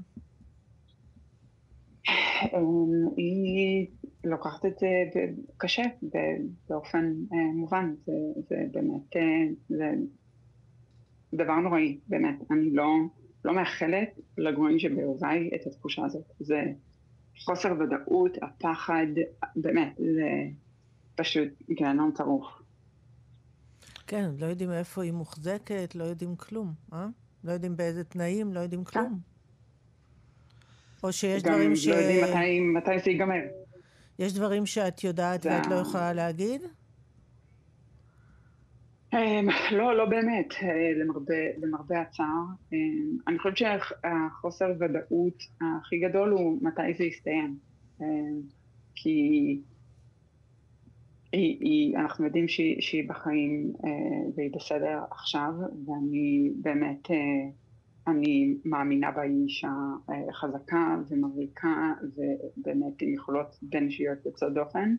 היא לוקחת את זה קשה, באופן מובן. זה, זה באמת, זה דבר נוראי, באמת. אני לא, לא מאחלת לגרועים שבאהוביי את התחושה הזאת. זה חוסר ודאות, הפחד, באמת, זה פשוט גיהנום טירוף. כן, לא יודעים איפה היא מוחזקת, לא יודעים כלום, אה? לא יודעים באיזה תנאים, לא יודעים כלום. או שיש דברים ש... גם לא יודעים מתי, מתי זה ייגמר. יש דברים שאת יודעת ואת לא יכולה להגיד? לא, לא באמת, למרבה, למרבה הצער. אני חושבת שהחוסר ודאות הכי גדול הוא מתי זה יסתיים. כי היא, היא, אנחנו יודעים שהיא, שהיא בחיים והיא בסדר עכשיו, ואני באמת, אני מאמינה בה, היא אישה חזקה ומבריקה, ובאמת עם יכולות בין-אישיות יוצאות דופן.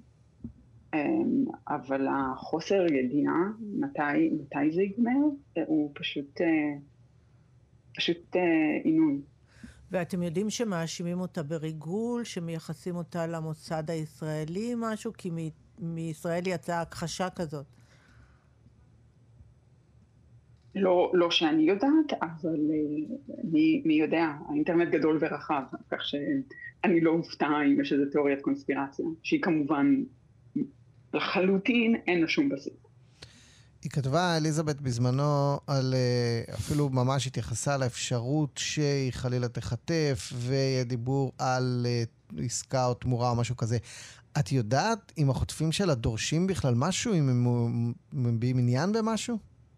אבל החוסר ידיעה מתי, מתי זה ייגמר, הוא פשוט, פשוט עינוי. ואתם יודעים שמאשימים אותה בריגול, שמייחסים אותה למוסד הישראלי משהו, כי מ- מישראל יצאה הכחשה כזאת. לא, לא שאני יודעת, אבל מי, מי יודע, האינטרנט גדול ורחב, כך שאני לא אופתע אם יש איזו תיאוריית קונספירציה, שהיא כמובן לחלוטין אין לה שום בסיס. היא כתבה, אליזבת, בזמנו, על, אפילו ממש התייחסה לאפשרות שהיא חלילה תחטף, ויהיה דיבור על עסקה או תמורה או משהו כזה. את יודעת אם החוטפים שלה דורשים בכלל משהו, אם הם מביעים עניין במשהו?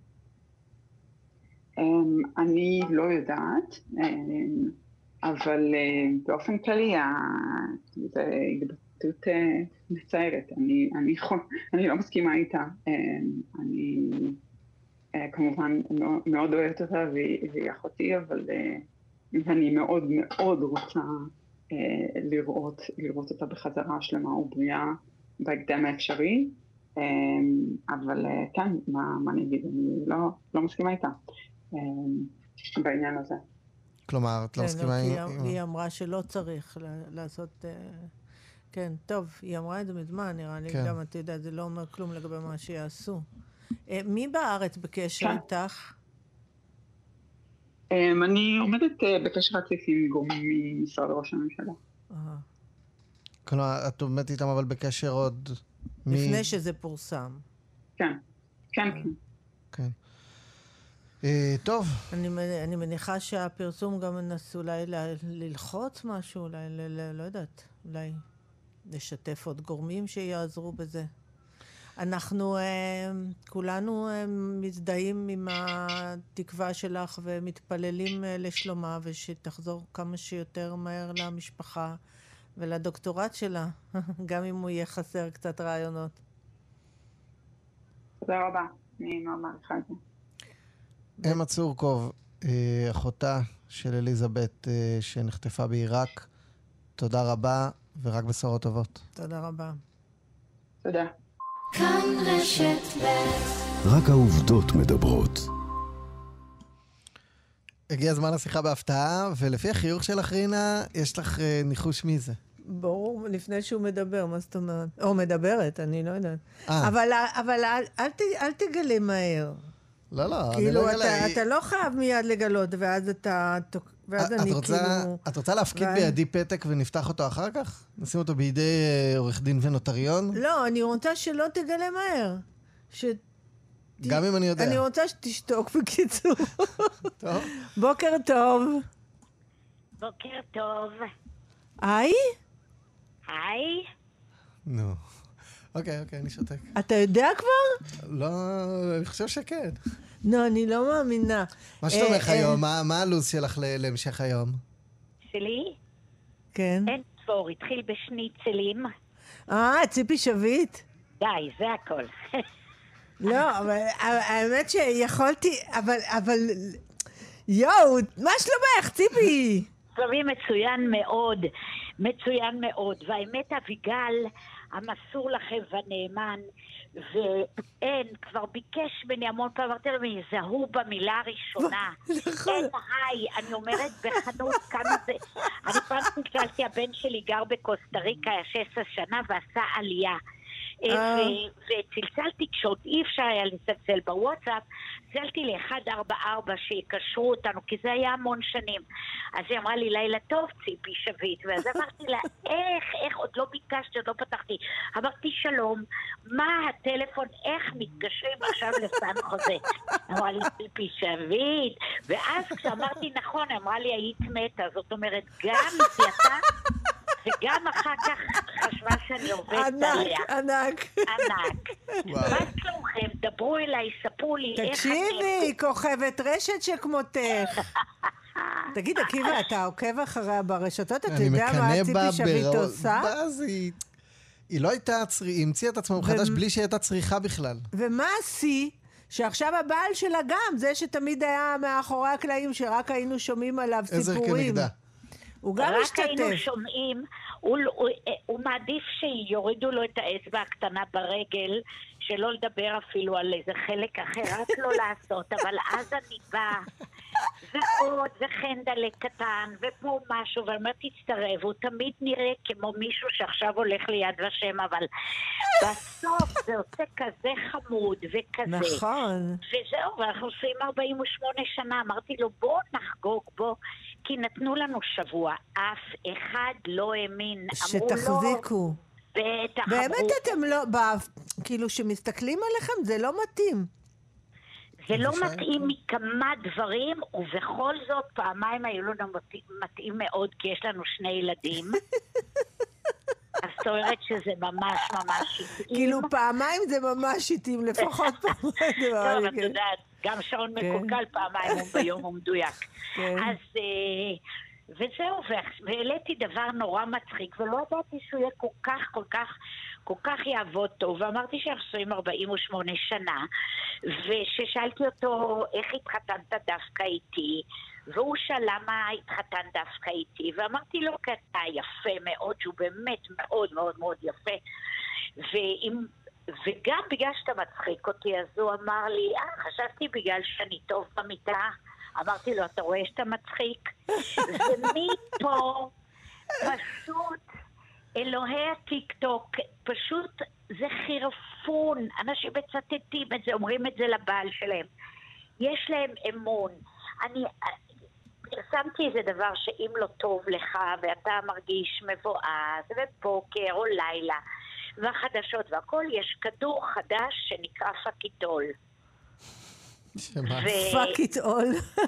אני לא יודעת, אבל באופן כללי, זה התבטאות מצערת. אני, אני, אני לא מסכימה איתה. אני כמובן מאוד אוהבת אותה והיא אחותי, אבל אני מאוד מאוד רוצה לראות, לראות אותה בחזרה שלמה ובריאה בהקדם האפשרי. אבל כן, מה, מה אני אגיד? אני לא, לא מסכימה איתה בעניין הזה. כלומר, את לא מסכימה עם... היא אמרה שלא צריך לעשות... כן, טוב, היא אמרה את זה מזמן, נראה לי, גם אתה יודע, זה לא אומר כלום לגבי מה שיעשו. מי בארץ בקשר איתך? אני עומדת בקשר רציף עם גורמים ממשרד ראש הממשלה. כלומר, את עומדת איתם אבל בקשר עוד... לפני שזה פורסם. כן, כן, כן. כן. טוב. אני מניחה שהפרסום גם מנסה אולי ללחוץ משהו, אולי, לא יודעת, אולי לשתף עוד גורמים שיעזרו בזה. אנחנו כולנו מזדהים עם התקווה שלך ומתפללים לשלומה, ושתחזור כמה שיותר מהר למשפחה ולדוקטורט שלה, גם אם הוא יהיה חסר קצת רעיונות. תודה רבה, אני מאוד מעריכה את זה. אמה צורקוב, אחותה של אליזבת שנחטפה בעיראק, תודה רבה ורק בשורות טובות. תודה רבה. תודה. כאן רשת ב' רק העובדות מדברות. הגיע זמן השיחה בהפתעה, ולפי החיוך שלך, רינה, יש לך ניחוש מי זה. ברור, לפני שהוא מדבר, מה זאת אומרת? או מדברת, אני לא יודעת. אבל, אבל אל, אל, אל תגלה מהר. לא, לא, כאילו, אני לא אתה, אגלה. אתה לא חייב מיד לגלות, ואז אתה... ואז אני רוצה, כאילו... את רוצה להפקיד ואז... בידי פתק ונפתח אותו אחר כך? נשים אותו בידי עורך דין ונוטריון? לא, אני רוצה שלא תגלה מהר. ש... גם אם אני יודע. אני רוצה שתשתוק בקיצור. טוב. בוקר טוב. בוקר טוב. היי? היי? נו. אוקיי, אוקיי, אני שותק. אתה יודע כבר? לא, אני חושב שכן. לא, אני לא מאמינה. מה שלומך היום? מה הלו"ז שלך להמשך היום? שלי? כן. אין צפור, התחיל בשניצלים. אה, ציפי שביט? די, זה הכל. לא, אבל האמת שיכולתי, אבל, אבל, יואו, מה שלומך, ציפי? שלומי מצוין מאוד, מצוין מאוד, והאמת אביגל, המסור לכם והנאמן, ואין, כבר ביקש ממני המון פעם, אמרתי לו, יזהו במילה הראשונה. אין היי, אני אומרת בחנות כמה זה, אני פעם שאלתי, הבן שלי גר בקוסטה ריקה, היה שש עשרה שנה ועשה עלייה. וצלצלתי כשעוד אי אפשר היה לצלצל בוואטסאפ, צלצלתי ל-אחד ארבע ארבע שיקשרו אותנו, כי זה היה המון שנים. אז היא אמרה לי, לילה טוב, ציפי שביט, ואז אמרתי לה, איך, איך, עוד לא ביקשתי, עוד לא פתחתי. אמרתי, שלום, מה הטלפון, איך מתקשרים עכשיו לסן חוזה? אמרה לי, ציפי שביט, ואז כשאמרתי נכון, אמרה לי, היית מתה, זאת אומרת, גם זיתה, וגם אחר כך חשבה שאני עובדת עליה. ענק, ענק. ענק. מה שלומכם? דברו אליי, ספרו לי איך אני... תקשיבי, כוכבת רשת שכמותך. תגיד, עקיבא, אתה עוקב אחריה ברשתות? אתה יודע מה ציפי שביט עושה? היא לא הייתה, היא המציאה את עצמה מחדש בלי שהייתה צריכה בכלל. ומה עשי? שעכשיו הבעל שלה גם, זה שתמיד היה מאחורי הקלעים, שרק היינו שומעים עליו סיפורים. עזר כנגדה. הוא גם רק משתתף. היינו שומעים, הוא, הוא, הוא מעדיף שיורידו לו את האצבע הקטנה ברגל, שלא לדבר אפילו על איזה חלק אחר, רק לא לעשות, אבל אז אני באה, ועוד, וחנדלה קטן, ופה משהו, ואני אומרת, תצטרף, הוא תמיד נראה כמו מישהו שעכשיו הולך ליד ושם, אבל בסוף זה עושה כזה חמוד וכזה. נכון. וזהו, ואנחנו עושים ארבעים ושמונה שנה, אמרתי לו, בוא נחגוג בו, כי נתנו לנו שבוע, אף אחד לא האמין. שתחזיקו. בטח. באמת אתם לא, כאילו שמסתכלים עליכם, זה לא מתאים. זה לא מתאים מכמה דברים, ובכל זאת פעמיים היו לנו מתאים מאוד, כי יש לנו שני ילדים. אז זאת אומרת שזה ממש ממש איטים. כאילו פעמיים זה ממש איטים, לפחות פעמיים. טוב, את יודעת, גם שעון מקולקל פעמיים ביום הוא מדויק. אז וזהו, והעליתי דבר נורא מצחיק, ולא ידעתי שהוא יהיה כל כך, כל כך, כל כך יעבוד טוב, ואמרתי שאנחנו עושים ארבעים ושמונה שנה, וששאלתי אותו איך התחתנת דווקא איתי, והוא שאל למה התחתן דווקא איתי, ואמרתי לו, כי אתה יפה מאוד, שהוא באמת מאוד מאוד מאוד יפה, ואם... וגם בגלל שאתה מצחיק אותי, אז הוא אמר לי, אה, חשבתי בגלל שאני טוב במיטה. אמרתי לו, אתה רואה שאתה מצחיק? ומפה פשוט אלוהי הטיק-טוק, פשוט זה חירפון. אנשים מצטטים את זה, אומרים את זה לבעל שלהם. יש להם אמון. אני פרסמתי איזה דבר שאם לא טוב לך ואתה מרגיש מבואס ובוקר או לילה והחדשות והכל, יש כדור חדש שנקרא פקיטול. פקיטול.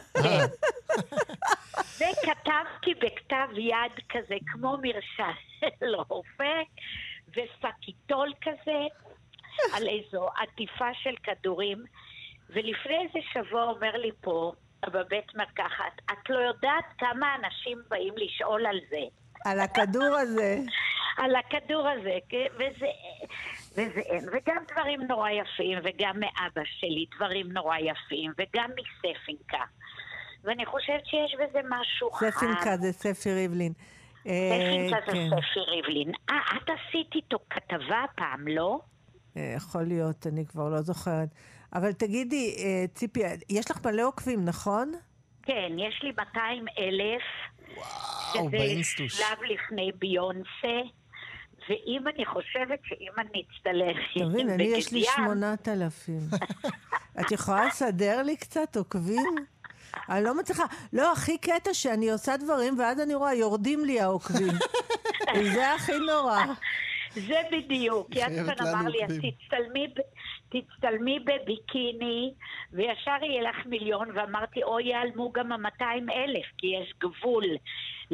וכתבתי בכתב יד כזה, כמו מרשם של רופא, ופקיטול כזה, על איזו עטיפה של כדורים, ולפני איזה שבוע אומר לי פה, בבית מרקחת, את לא יודעת כמה אנשים באים לשאול על זה. על הכדור הזה. על הכדור הזה, וזה, וזה אין, וגם דברים נורא יפים, וגם מאבא שלי דברים נורא יפים, וגם מספינקה. ואני חושבת שיש בזה משהו חם. ספינקה זה ספי ריבלין. ספינקה זה ספי ריבלין. אה, את עשית איתו כתבה פעם, לא? יכול להיות, אני כבר לא זוכרת. אבל תגידי, ציפי, יש לך מלא עוקבים, נכון? כן, יש לי מאתיים אלף. וואו, שזה באינסטוש. שלב לפני ביונסה, ואם אני חושבת שאם אני אצטלם תבין, אני יש לי שמונת אלפים. את יכולה לסדר לי קצת עוקבים? אני לא מצליחה. לא, הכי קטע שאני עושה דברים, ואז אני רואה, יורדים לי העוקבים. זה הכי נורא. זה בדיוק. יצפן אמר לי, תצטלמי, תצטלמי בביקיני, וישר יהיה לך מיליון, ואמרתי, או יעלמו גם ה-מאתיים אלף, כי יש גבול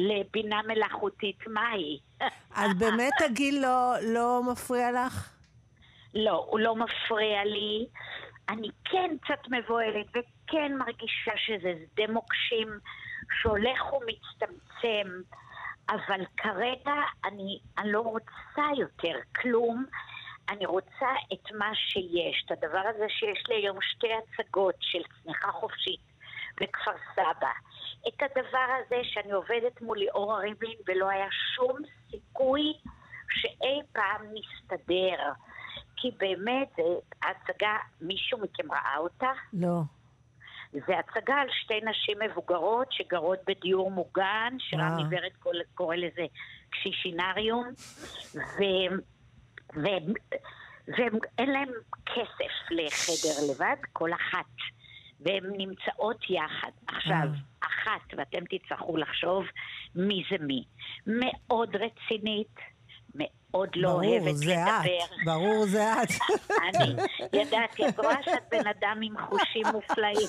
לבינה מלאכותית מהי. אז באמת הגיל לא, לא מפריע לך? לא, הוא לא מפריע לי. אני כן קצת מבועלת וכן מרגישה שזה שדה מוקשים שהולך ומצטמצם, אבל כרגע אני, אני לא רוצה יותר כלום. אני רוצה את מה שיש, את הדבר הזה שיש לי היום שתי הצגות של צניחה חופשית בכפר סבא. את הדבר הזה שאני עובדת מול ליאורה ריבלין ולא היה שום סיכוי שאי פעם נסתדר. כי באמת, זה הצגה, מישהו מכם ראה אותה? לא. זה הצגה על שתי נשים מבוגרות שגרות בדיור מוגן, שרמי ורד קורא לזה קשישינריום, ו... ו- ואין להם כסף לחדר לבד, כל אחת, והן נמצאות יחד. עכשיו, אחת, ואתם תצטרכו לחשוב מי זה מי. מאוד רצינית, מאוד לא אוהבת לדבר. ברור, זה את. אני ידעתי, את רואה שאת בן אדם עם חושים מופלאים.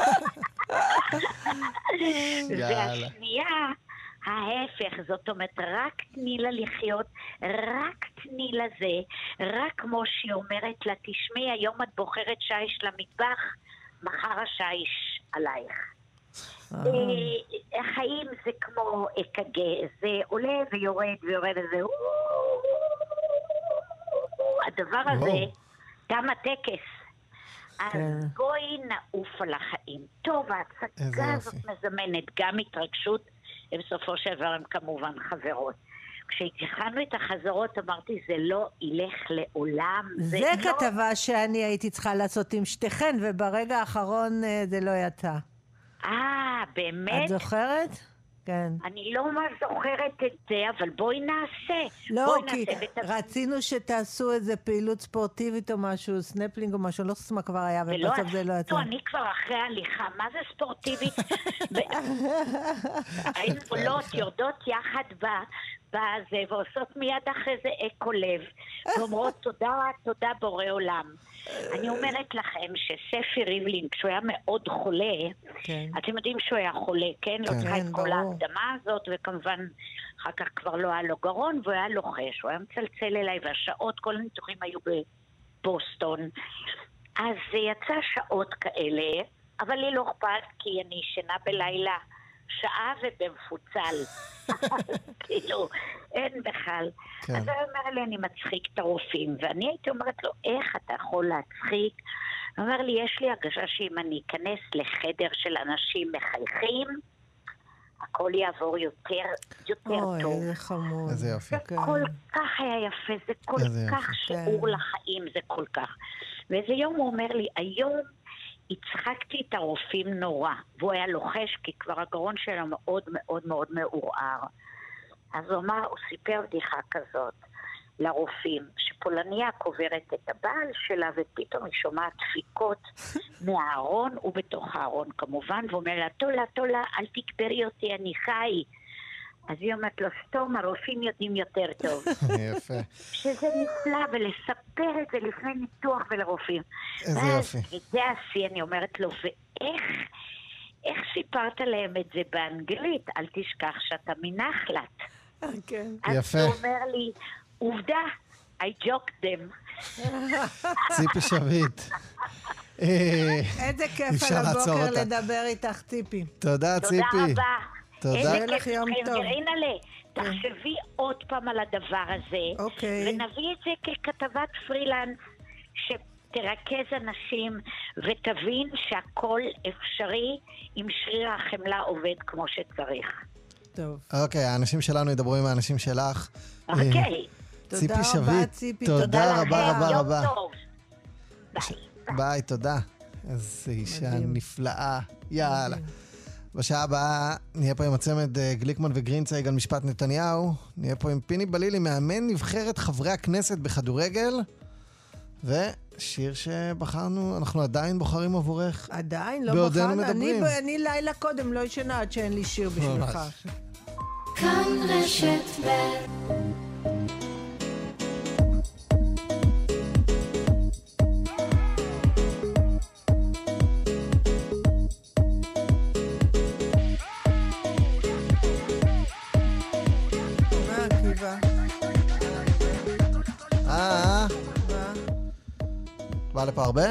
והשנייה, ההפך, זאת אומרת, רק תני לה לחיות, רק תני לזה, רק כמו שהיא אומרת לה, תשמעי, היום את בוחרת שיש למטבח, מחר השיש עלייך. החיים זה כמו אק"ג, זה עולה ויורד ויורד וזה, הדבר הזה, תם הטקס. אז בואי נעוף על החיים. טוב, ההצגה הזאת מזמנת גם התרגשות, ובסופו של דבר הם כמובן חברות. כשהתחלנו את החזרות אמרתי, זה לא ילך לעולם. זה, זה לא... כתבה שאני הייתי צריכה לעשות עם שתיכן, וברגע האחרון זה לא יצא. אה, באמת? את זוכרת? כן. אני לא ממש זוכרת את זה, אבל בואי נעשה. לא, כי רצינו שתעשו איזה פעילות ספורטיבית או משהו, סנפלינג או משהו, לא חושב מה כבר היה, ובסוף זה לא יצא. אני כבר אחרי הליכה, מה זה ספורטיבית? היינו עולות, יורדות יחד בזה, ועושות מיד אחרי זה אקו לב, ואומרות תודה, תודה בורא עולם. אני אומרת לכם שספי ריבלין, כשהוא היה מאוד חולה, אתם יודעים שהוא היה חולה, כן? לא צריכה את כל ההקדמה הזאת, וכמובן אחר כך כבר לא היה לו גרון, והוא היה לוחש, הוא היה מצלצל אליי, והשעות, כל הניתוחים היו בבוסטון. אז זה יצא שעות כאלה, אבל לי לא אכפת, כי אני ישנה בלילה שעה ובמפוצל. כאילו, אין בכלל. אז הוא אומר לי, אני מצחיק את הרופאים, ואני הייתי אומרת לו, איך אתה יכול להצחיק? הוא אומר לי, יש לי הרגשה שאם אני אכנס לחדר של אנשים מחייכים, הכל יעבור יותר, יותר אוי, טוב. אוי, איזה חמוד. איזה יופי. זה כל כך היה יפה, זה כל כך שיעור לחיים, זה כל כך. ואיזה יום הוא אומר לי, היום הצחקתי את הרופאים נורא, והוא היה לוחש, כי כבר הגרון שלו מאוד מאוד מאוד מעורער. אז הוא אמר, הוא סיפר בדיחה כזאת לרופאים, שפולניה קוברת את הבעל שלה, ופתאום היא שומעת דפיקות מהארון, ובתוך הארון כמובן, והוא אומר לה, תולה, תולה, אל תקברי אותי, אני חי. אז היא אומרת לו, סתום, הרופאים יודעים יותר טוב. יפה. שזה נפלא, ולספר את זה לפני ניתוח ולרופאים. איזה יופי. וזה השיא, אני אומרת לו, ואיך איך סיפרת להם את זה באנגלית? אל תשכח שאתה מנחלת. כן. יפה. אז הוא אומר לי, עובדה, I joked them. ציפי שביט. איזה כיף על הבוקר לדבר איתך, ציפי. תודה, ציפי. תודה רבה. תודה. איזה כיף לכם, גרעינלה. תחשבי עוד פעם על הדבר הזה, ונביא את זה ככתבת פרילנס, שתרכז אנשים, ותבין שהכל אפשרי, אם שריר החמלה עובד כמו שצריך. טוב. אוקיי, האנשים שלנו ידברו עם האנשים שלך. אוקיי. ציפי שביט, תודה רבה רבה רבה. ביי. ביי, תודה. איזו אישה נפלאה. יאללה. בשעה הבאה נהיה פה עם הצמד גליקמן וגרינצייג על משפט נתניהו. נהיה פה עם פיני בלילי, מאמן נבחרת חברי הכנסת בכדורגל. ושיר שבחרנו, אנחנו עדיין בוחרים עבורך. עדיין, לא בחרנו. אני, אני לילה קודם לא ישנה עד שאין לי שיר בשבילך. כאן רשת ב' בא לפה הרבה?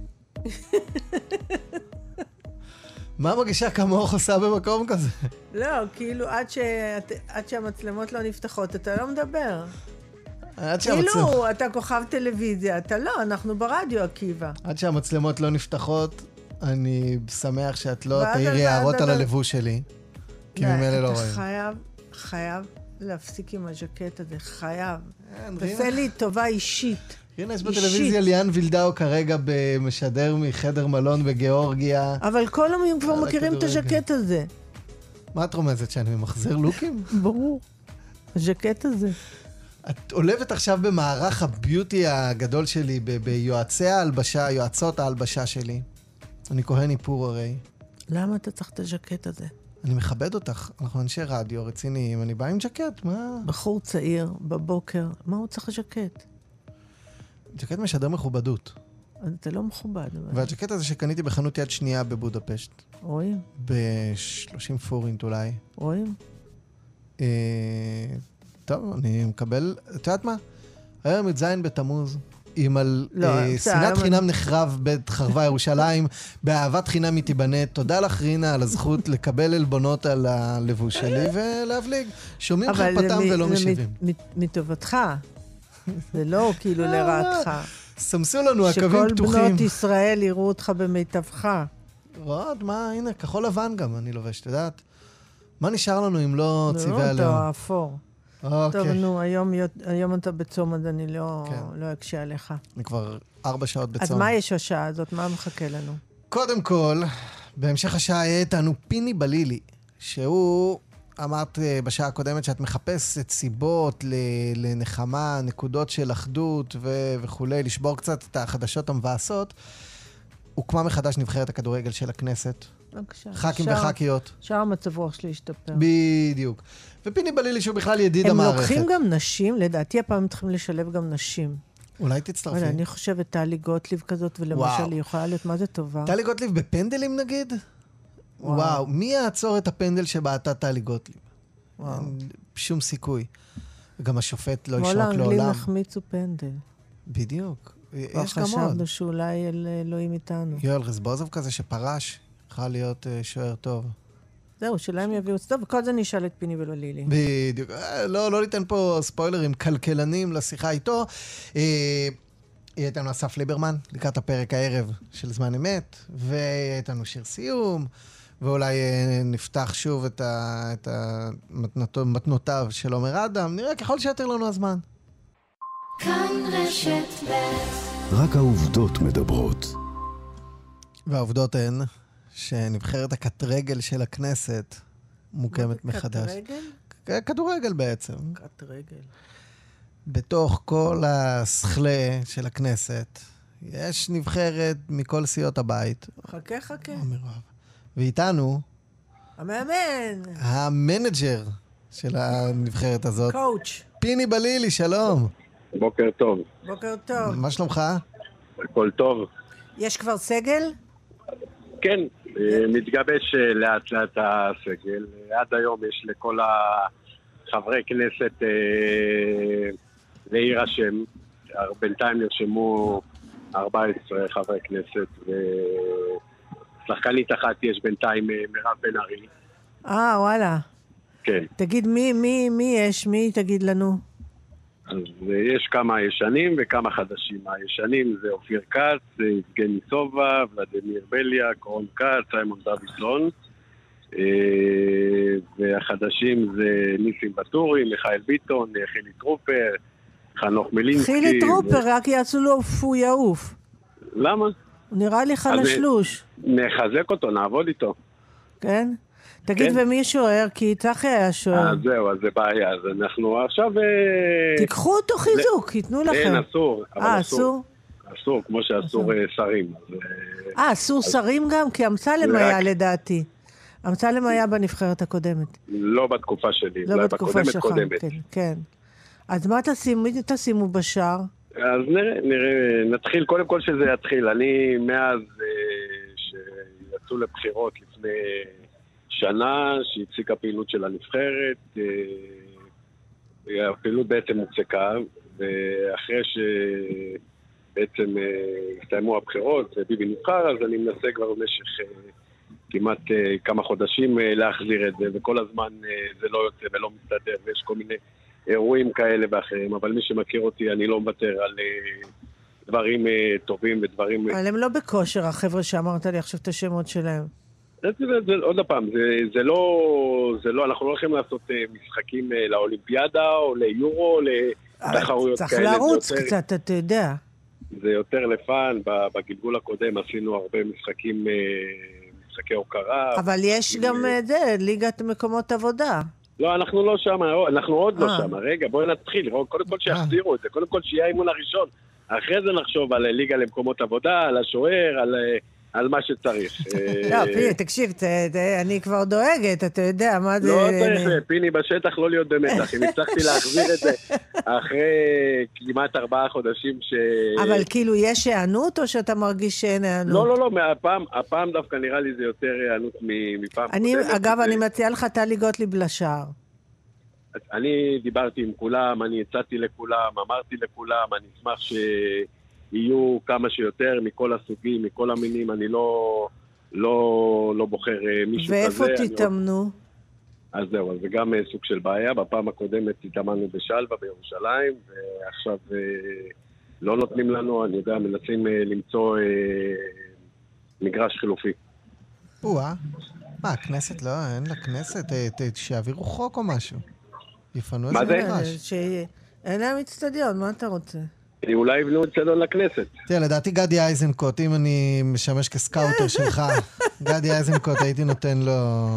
מה מגישה כמוך עושה במקום כזה? לא, כאילו עד, ש... עד שהמצלמות לא נפתחות, אתה לא מדבר. עד שהמצלמות... כאילו, אתה כוכב טלוויזיה, אתה לא, אנחנו ברדיו, עקיבא. עד שהמצלמות לא נפתחות, אני שמח שאת לא תעירי הערות על הלבוש שלי, כי ממילא לא רואים. אתה חייב, חייב להפסיק עם הז'קט הזה, חייב. תעשה לי טובה אישית. הנה, יש בטלוויזיה ליאן וילדאו כרגע משדר מחדר מלון בגיאורגיה. אבל כל היום כבר מכירים את הז'קט הזה. מה את רומזת, שאני ממחזר לוקים? ברור. הז'קט הזה. את עולבת עכשיו במערך הביוטי הגדול שלי, ביועצי ההלבשה, יועצות ההלבשה שלי. אני כהן איפור הרי. למה אתה צריך את הז'קט הזה? אני מכבד אותך, אנחנו אנשי רדיו רציניים, אני בא עם ז'קט, מה? בחור צעיר, בבוקר, מה הוא צריך ז'קט? ז'קט משדר מכובדות. זה לא מכובד. והז'קט הזה שקניתי בחנות יד שנייה בבודפשט. רואים? ב-שלושים פורינט אולי. רואים? אה, טוב, אני מקבל, את יודעת מה? היום את זין בתמוז, עם על לא, אה, בסדר, שנאת אבל- חינם נחרב בית חרבה ירושלים, באהבת חינם היא תיבנה. תודה לך רינה על הזכות לקבל עלבונות על הלבוש שלי ולהבליג. שומעים חרפתם זה מ- ולא זה משיבים. מ- מ- מטובתך. זה לא כאילו לרעתך. סמסו לנו, הקווים שכל פתוחים. בנות ישראל יראו אותך במיטבך. רואות, מה, הנה, כחול לבן גם אני לובש, את יודעת? מה נשאר לנו אם לא צבעי נו, הלאום? אתה אפור. טוב, אוקיי. נו, היום, היום אתה בצום, אז אני לא, כן. לא אקשה עליך. אני כבר ארבע שעות בצום. אז מה יש השעה הזאת? מה מחכה לנו? קודם כל, בהמשך השעה יהיה איתנו פיני בלילי, שהוא, אמרת אה, בשעה הקודמת שאת מחפשת סיבות ל- לנחמה, נקודות של אחדות ו- וכולי, לשבור קצת את החדשות המבאסות. הוקמה מחדש נבחרת הכדורגל של הכנסת. בבקשה. ח"כים שער- וח"כיות. שער מצב רוח שלי השתפר. בדיוק. ופיני בלילי שהוא בכלל ידיד הם המערכת. לוקחים גם נשים, לדעתי הפעם צריכים לשלב גם נשים. אולי תצטרפי. אבל אני חושבת טלי גוטליב כזאת, ולמשל וואו. היא יכולה להיות מה זה טובה. טלי גוטליב בפנדלים נגיד? וואו. וואו. מי יעצור את הפנדל שבעטה טלי גוטליב? וואו. אין שום סיכוי. וגם השופט לא כל ישרוק האנגלים לעולם. החמיצו פנדל. בדיוק. כבר יש גם עוד. חשבנו שאולי אל- אלוהים איתנו. יואל רזבוזוב כזה שפרש, יכול להיות אה, שוער טוב. זהו, שלהם יביאו את זה. טוב, וכל זה נשאל את פיני ולא לילי. בדיוק. אה, לא, לא ניתן פה ספוילרים כלכלנים לשיחה איתו. אה, יהיה איתנו אסף ליברמן, לקראת הפרק הערב של זמן אמת, ויהיה איתנו שיר סיום, ואולי אה, נפתח שוב את, ה, את המתנותיו של עומר אדם. נראה ככל שיותר לנו הזמן. כאן רשת ב' רק העובדות מדברות. והעובדות הן שנבחרת הקטרגל של הכנסת מוקמת מה זה, מחדש. קטרגל? כדורגל בעצם. קטרגל. בתוך כל הסכלה של הכנסת, יש נבחרת מכל סיעות הבית. חכה, חכה. עומר אוהב. ואיתנו, המאמן! המנג'ר של הנבחרת הזאת, קואוץ'. פיני בלילי, שלום. בוקר טוב. בוקר טוב. מה שלומך? הכל טוב. יש כבר סגל? כן, אה, מתגבש אה, לאט לאט הסגל. עד היום יש לכל החברי כנסת אה, להירשם. בינתיים נרשמו ארבעה עשר חברי כנסת, ושחקנית אחת יש בינתיים אה, מירב בן ארי. אה, וואלה. כן, תגיד, מי, מי, מי יש? מי תגיד לנו? אז אה, יש כמה ישנים וכמה חדשים. הישנים זה אופיר כץ, אה, יבגני סובה, ולדימיר בליאק, רון כץ, סיימון דוידסון. אה, והחדשים זה ניסים בטורי, מיכאל ביטון, אה, חילי טרופר, חנוך מלינסקי. חילי טרופר, ו... רק יעשו לו הוא יעוף. למה? הוא נראה לי חלשלוש. נחזק אותו, נעבוד איתו. כן? תגיד, כן. ומי שוער? כי צחי היה שוער. אז זהו, אז זה בעיה. אז אנחנו עכשיו... אה, תיקחו אותו חיזוק, ייתנו לכם. אין, אסור. אבל אה, אסור? אסור, כמו שאסור אה, שרים. אז, אה, אה, אסור שרים גם? כי אמסלם רק- היה לדעתי. אמסלם היה בנבחרת הקודמת. לא בתקופה שלי. לא בתקופה בקודמת, שלך. קודמת. כן, כן. אז מה תשימו? מי תשימו בשער? אז נראה, נראה, נתחיל, קודם כל שזה יתחיל. אני מאז אה, שיצאו לבחירות לפני שנה, שהפסיקה פעילות של הנבחרת, אה, הפעילות בעצם הופסקה, ואחרי בעצם הסתיימו הבחירות, ביבי נבחר, אז אני מנסה כבר במשך כמעט כמה חודשים להחזיר את זה, וכל הזמן זה לא יוצא ולא מסתדר, ויש כל מיני אירועים כאלה ואחרים, אבל מי שמכיר אותי, אני לא מוותר על דברים טובים ודברים... אבל הם לא בכושר, החבר'ה שאמרת לי עכשיו את השמות שלהם. זה, זה, זה, עוד הפעם, זה, זה לא, זה לא, אנחנו לא הולכים לעשות משחקים לאולימפיאדה או ליורו, או לתחרויות כאלה. צריך לרוץ יותר, קצת, אתה יודע. זה יותר לפן, בגלגול הקודם עשינו הרבה משחקים, משחקי הוקרה. אבל יש גם זה, ליגת מקומות עבודה. לא, אנחנו לא שם, אנחנו עוד לא שם. רגע, בואי נתחיל, קודם כל שיחזירו את זה, קודם כל שיהיה האימון הראשון. אחרי זה נחשוב על ליגה למקומות עבודה, על השוער, על... על מה שצריך. לא, פיני, תקשיב, אני כבר דואגת, אתה יודע, מה זה... לא צריך, פיני בשטח לא להיות במתח. אם הצלחתי להחזיר את זה אחרי כמעט ארבעה חודשים ש... אבל כאילו, יש הענות או שאתה מרגיש שאין הענות? לא, לא, לא, הפעם דווקא נראה לי זה יותר הענות מפעם קודמת. אגב, אני מציעה לך טלי גוטליב לשער. אני דיברתי עם כולם, אני הצעתי לכולם, אמרתי לכולם, אני אשמח ש... יהיו כמה שיותר מכל הסוגים, מכל המינים, אני לא, לא, לא בוחר מישהו ואיפה כזה. ואיפה תתאמנו? אז זהו, אז זה גם סוג של בעיה. בפעם הקודמת התאמנו בשלווה בירושלים, ועכשיו לא נותנים לנו, אני יודע, מנסים למצוא מגרש חילופי. וואה, מה, הכנסת לא, אין לה כנסת, שיעבירו חוק או משהו. יפנו איזה מגרש. אין להם אצטדיון, מה אתה רוצה? אולי יבנו אצטדיון לכנסת. תראה, לדעתי גדי איזנקוט, אם אני משמש כסקאוטר שלך, גדי איזנקוט הייתי נותן לו...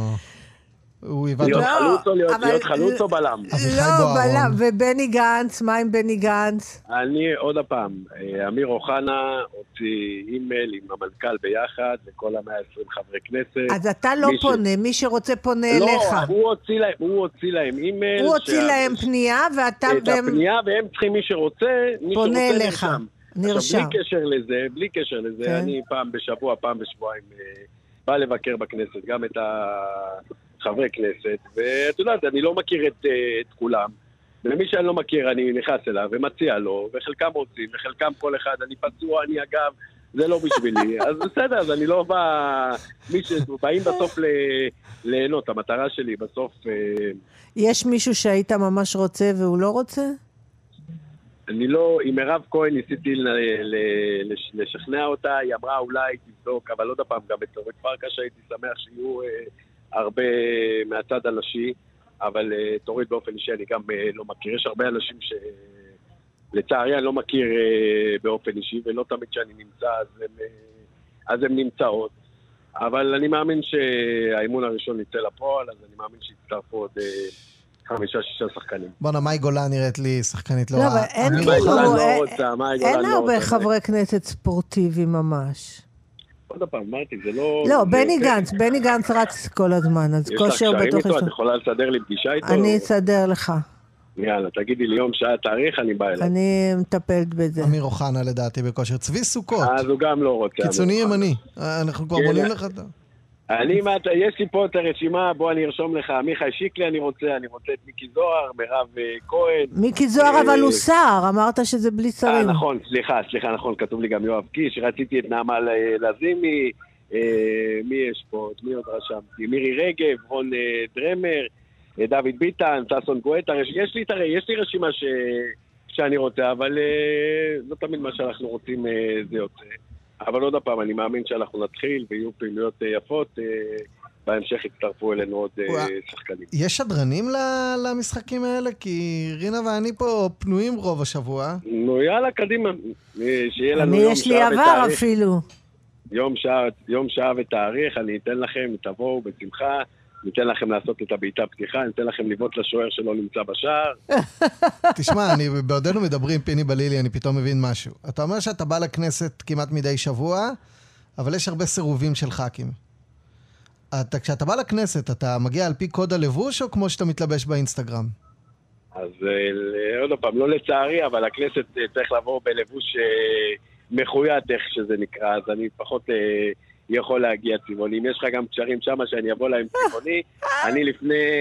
להיות חלוץ או בלם? לא, בלם. ובני גנץ, מה עם בני גנץ? אני עוד הפעם, אמיר אוחנה הוציא אימייל עם המנכ"ל ביחד, לכל ה-מאה ועשרים חברי כנסת. אז אתה לא פונה, מי שרוצה פונה אליך. לא, הוא הוציא להם אימייל. הוא הוציא להם פנייה, ואתה... את הפנייה, והם צריכים מי שרוצה, פונה אליך. נרשם. בלי קשר לזה, בלי קשר לזה, אני פעם בשבוע, פעם בשבועיים, בא לבקר בכנסת, גם את ה... חברי כנסת, ואת יודעת, אני לא מכיר את, את כולם, ומי שאני לא מכיר, אני נכנס אליו ומציע לו, וחלקם רוצים, וחלקם כל אחד, אני פצוע, אני אגב, זה לא בשבילי, אז בסדר, אז אני לא בא, מי שבאים בסוף ליהנות, המטרה שלי בסוף... יש מישהו שהיית ממש רוצה והוא לא רוצה? אני לא, עם מירב כהן ניסיתי לשכנע אותה, היא אמרה אולי תבדוק, אבל עוד הפעם, גם את אורית פרקש הייתי שמח שיהיו... הרבה מהצד הנשי, אבל uh, תוריד באופן אישי, אני גם uh, לא מכיר. יש הרבה אנשים שלצערי אני לא מכיר uh, באופן אישי, ולא תמיד שאני נמצא, אז הם, uh, אז הם נמצאות. אבל אני מאמין שהאימון הראשון יצא לפועל, אז אני מאמין שיצטרפו עוד uh, חמישה, שישה שחקנים. בוא'נה, מאי גולן נראית לי שחקנית לא... לא, אבל אין כאילו, אין הרבה חברי כנסת ספורטיביים ממש. עוד הפעם, אמרתי, זה לא... לא, בני גנץ, בני גנץ רץ כל הזמן, אז כושר בטוח... יש לך קשרים איתו, את יכולה לסדר לי פגישה איתו? אני אסדר לך. יאללה, תגידי לי יום, שעה, תאריך, אני בא אליו. אני מטפלת בזה. אמיר אוחנה לדעתי בכושר. צבי סוכות. אז הוא גם לא רוצה. קיצוני ימני. אנחנו כבר בונים לך את... אני, יש לי פה את הרשימה, בוא אני ארשום לך, מיכאל שיקלי אני רוצה, אני רוצה את מיקי זוהר, מירב כהן. מיקי זוהר אבל הוא שר, אמרת שזה בלי שרים. אה, נכון, סליחה, סליחה, נכון, כתוב לי גם יואב קיש, רציתי את נעמה לזימי, מי יש פה, מי עוד רשמתי, מירי רגב, רון דרמר, דוד ביטן, ססון גואטה, יש לי, תראה, יש לי רשימה ש... שאני רוצה, אבל לא תמיד מה שאנחנו רוצים זה יוצא. אבל עוד הפעם, אני מאמין שאנחנו נתחיל ויהיו פעילויות יפות, בהמשך יצטרפו אלינו עוד שחקנים. יש שדרנים למשחקים האלה? כי רינה ואני פה פנויים רוב השבוע. נו, יאללה, קדימה. שיהיה לנו יום יש לי עבר אפילו. יום שעה, יום שעה ותאריך, אני אתן לכם, תבואו בשמחה, ניתן לכם לעשות את הבעיטה פתיחה, ניתן לכם לבעוט לשוער שלא נמצא בשער. תשמע, אני, בעודנו מדברים פיני בלילי, אני פתאום מבין משהו. אתה אומר שאתה בא לכנסת כמעט מדי שבוע, אבל יש הרבה סירובים של ח"כים. אתה, כשאתה בא לכנסת, אתה מגיע על פי קוד הלבוש, או כמו שאתה מתלבש באינסטגרם? אז עוד פעם, לא לצערי, אבל הכנסת צריך לבוא בלבוש מחויית, איך שזה נקרא, אז אני פחות... יכול להגיע צבעוני. אם יש לך גם קשרים שם שאני אבוא להם צבעוני, אני לפני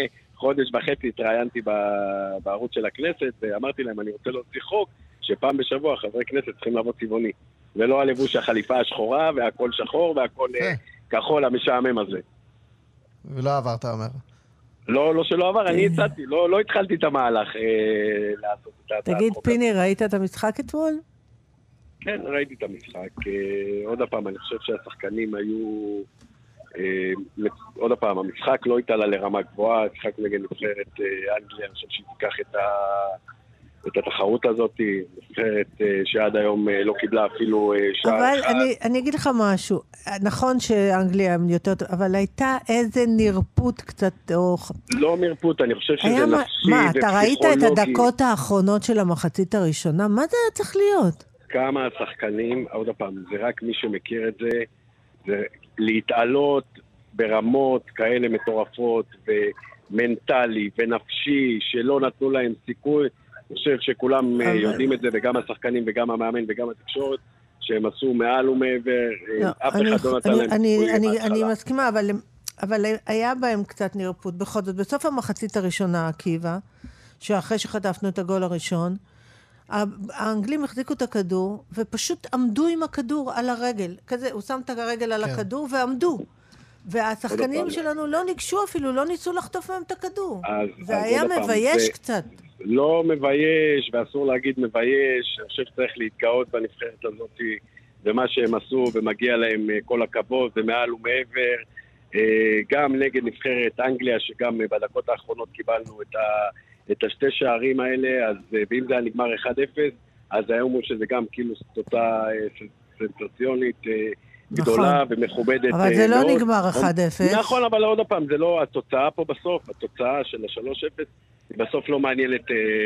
חודש וחצי התראיינתי בערוץ של הכנסת, ואמרתי להם, אני רוצה להוציא חוק, שפעם בשבוע חברי כנסת צריכים לבוא צבעוני, ולא הלבוש החליפה השחורה, והכל שחור, והכל כחול המשעמם הזה. ולא עבר, אתה אומר. לא, לא שלא עבר, אני הצעתי, לא, לא התחלתי את המהלך לעשות את ההצעת. תגיד, פיני, ראית את המשחק אתמול? כן, ראיתי את המשחק. עוד הפעם, אני חושב שהשחקנים היו... עוד הפעם, המשחק לא התעלה לרמה גבוהה, המשחק נגד נבחרת אנגליה, אני חושב שהיא תיקח את, ה... את התחרות הזאת, נבחרת שעד היום לא קיבלה אפילו שער אבל אחד. אני, אני אגיד לך משהו, נכון שאנגליה הם יותר טוב, אבל הייתה איזה נרפות קצת, או... לא נרפות, אני חושב שזה נפשי ופסיכולוגי. מה, אתה ראית את הדקות האחרונות של המחצית הראשונה? מה זה היה צריך להיות? כמה השחקנים, עוד הפעם, זה רק מי שמכיר את זה, זה להתעלות ברמות כאלה מטורפות ומנטלי ונפשי שלא נתנו להם סיכוי. אני חושב שכולם אבל... יודעים את זה, וגם השחקנים וגם המאמן וגם התקשורת, שהם עשו מעל ומעבר, לא, אף אני, אחד לא נתן אני, להם אני, סיכוי. אני, אני מסכימה, אבל, אבל היה בהם קצת נרפות. בכל זאת, בסוף המחצית הראשונה, עקיבא, שאחרי שחטפנו את הגול הראשון, האנגלים החזיקו את הכדור, ופשוט עמדו עם הכדור על הרגל. כזה, הוא שם את הרגל על הכדור, ועמדו. והשחקנים שלנו לא ניגשו אפילו, לא ניסו לחטוף מהם את הכדור. זה היה מבייש קצת. לא מבייש, ואסור להגיד מבייש. אני חושב שצריך להתגאות בנבחרת הזאת, ומה שהם עשו, ומגיע להם כל הכבוד, ומעל ומעבר. גם נגד נבחרת אנגליה, שגם בדקות האחרונות קיבלנו את ה... את השתי שערים האלה, אז ואם זה היה נגמר אחד אפס, אז היום שזה גם כאילו תוצאה סנסציונית גדולה ומכובדת. אבל זה לא נגמר אחד אפס. נכון, אבל עוד פעם, זה לא התוצאה פה בסוף, התוצאה של ה-שלוש אפס, בסוף לא מעניינת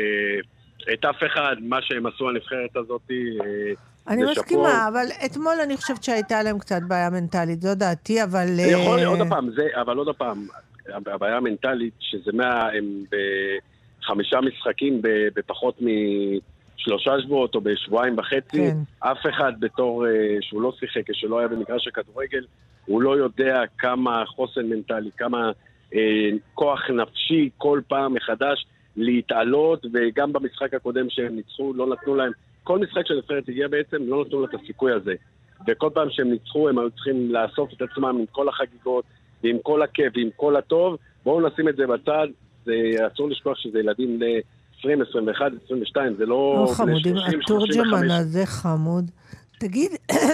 את אף אחד, מה שהם עשו הנבחרת הזאת. אני מסכימה, אבל אתמול אני חושבת שהייתה להם קצת בעיה מנטלית, זו דעתי, אבל... יכול, עוד פעם, אבל עוד פעם, הבעיה המנטלית, שזה מה, הם ב... חמישה משחקים בפחות משלושה שבועות או בשבועיים וחצי, כן. אף אחד בתור שהוא לא שיחק, כשלא היה במגרש הכדורגל, הוא לא יודע כמה חוסן מנטלי, כמה אה, כוח נפשי כל פעם מחדש להתעלות, וגם במשחק הקודם שהם ניצחו, לא נתנו להם, כל משחק שנבחרת הגיע בעצם, לא נתנו להם את הסיכוי הזה. וכל פעם שהם ניצחו, הם היו צריכים לאסוף את עצמם עם כל החגיגות, ועם כל הכיף, ועם כל הטוב. בואו נשים את זה בצד. זה אסור לשכוח שזה ילדים ל-עשרים, עשרים ואחת, עשרים ושתיים, זה לא... לא חמודים, התורג'מן הזה חמוד. תגיד,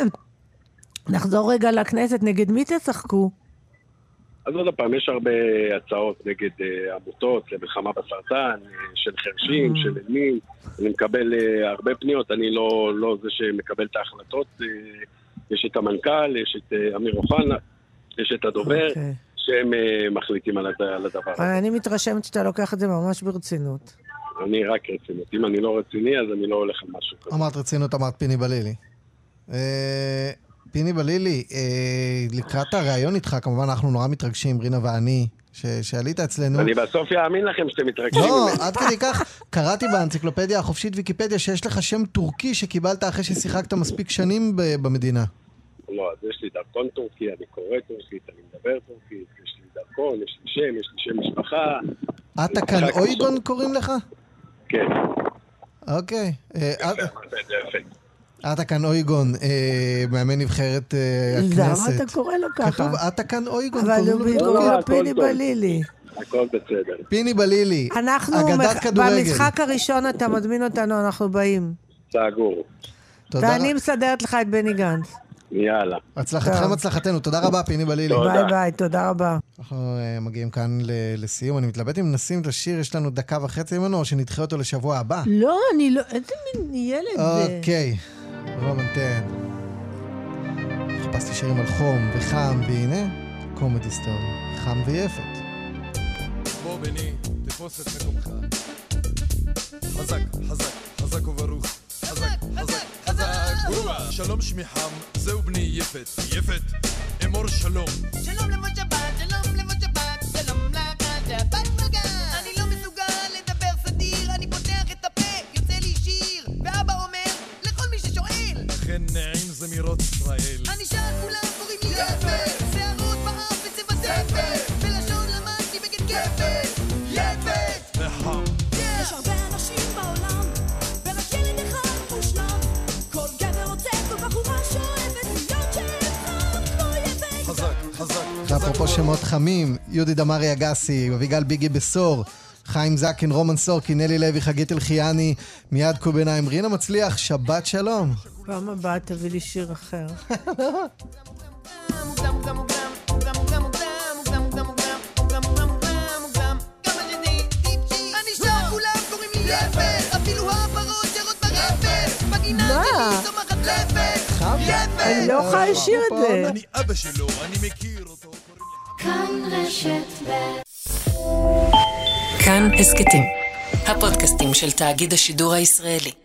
נחזור רגע לכנסת, נגד מי תשחקו? אז עוד הפעם, יש הרבה הצעות נגד עמותות, למלחמה בסרטן, של חרשים, של אלמים. אני מקבל הרבה פניות, אני לא, לא זה שמקבל את ההחלטות. יש את המנכ"ל, יש את אמיר אוחנה, יש את הדובר. Okay. שהם מחליטים על הדבר הזה. אני מתרשמת שאתה לוקח את זה ממש ברצינות. אני רק רצינות. אם אני לא רציני, אז אני לא הולך על משהו כזה. אמרת רצינות, אמרת פיני בלילי. פיני בלילי, לקראת הרעיון איתך, כמובן אנחנו נורא מתרגשים, רינה ואני, שעלית אצלנו. אני בסוף יאמין לכם שאתם מתרגשים. לא, עד כדי כך, קראתי באנציקלופדיה החופשית ויקיפדיה, שיש לך שם טורקי שקיבלת אחרי ששיחקת מספיק שנים במדינה. לא, אז יש לי דרכון טורקי, אני קורא טורקית, אני מדבר טורקית, יש לי דרכון, יש לי שם, יש לי שם משפחה. אתה כאן אויגון קוראים לך? כן. אוקיי. אתה כאן אויגון, מאמן נבחרת הכנסת. למה אתה קורא לו ככה? כתוב, אתה כאן אויגון. אבל הוא בדיוק פיני בלילי. הכל בסדר. פיני בלילי, אגדת כדורגל. במשחק הראשון אתה מדמין אותנו, אנחנו באים. סגור. ואני מסדרת לך את בני גנץ. יאללה. הצלחתכם הצלחתנו, תודה רבה פיני בלילי. ביי ביי, תודה רבה. אנחנו מגיעים כאן לסיום, אני מתלבט אם נשים את השיר, יש לנו דקה וחצי ממנו, או שנדחה אותו לשבוע הבא. לא, אני לא, איזה מין ילד זה. אוקיי, רומנטן. חפשתי שירים על חום וחם, והנה, קומדי סטורי, חם ויפת. בוא בני, תפוס את מקומך. חזק, חזק, חזק וברוך. חזק, חזק, חזק. שלום שמי חם, זהו בני יפת. יפת, אמור שלום. שלום למשה בת, שלום למשה בת, שלום למשה בת מגן. אני לא מסוגל לדבר סדיר, אני פותח את הפה, יוצא לי שיר. ואבא אומר לכל מי ששואל, לכן נעים זמירות ישראל. אני שר כולם קוראים לי יפת, שערות באף וצבע זפת, בלשון למדתי בגן כפת. פה שמות חמים, יהודי דמרי אגסי, אביגל ביגי בסור, חיים זקן, רומן סורקי, נלי לוי, חגית אלחיאני, מיד קובניים, רינה מצליח, שבת שלום. פעם הבאה תביא לי שיר אחר. מה? אני לא יכולה לשיר את זה. אני אבא שלו, אני מכיר אותו. כאן רשת ב' כאן הסקטים, הפודקאסטים של תאגיד השידור הישראלי.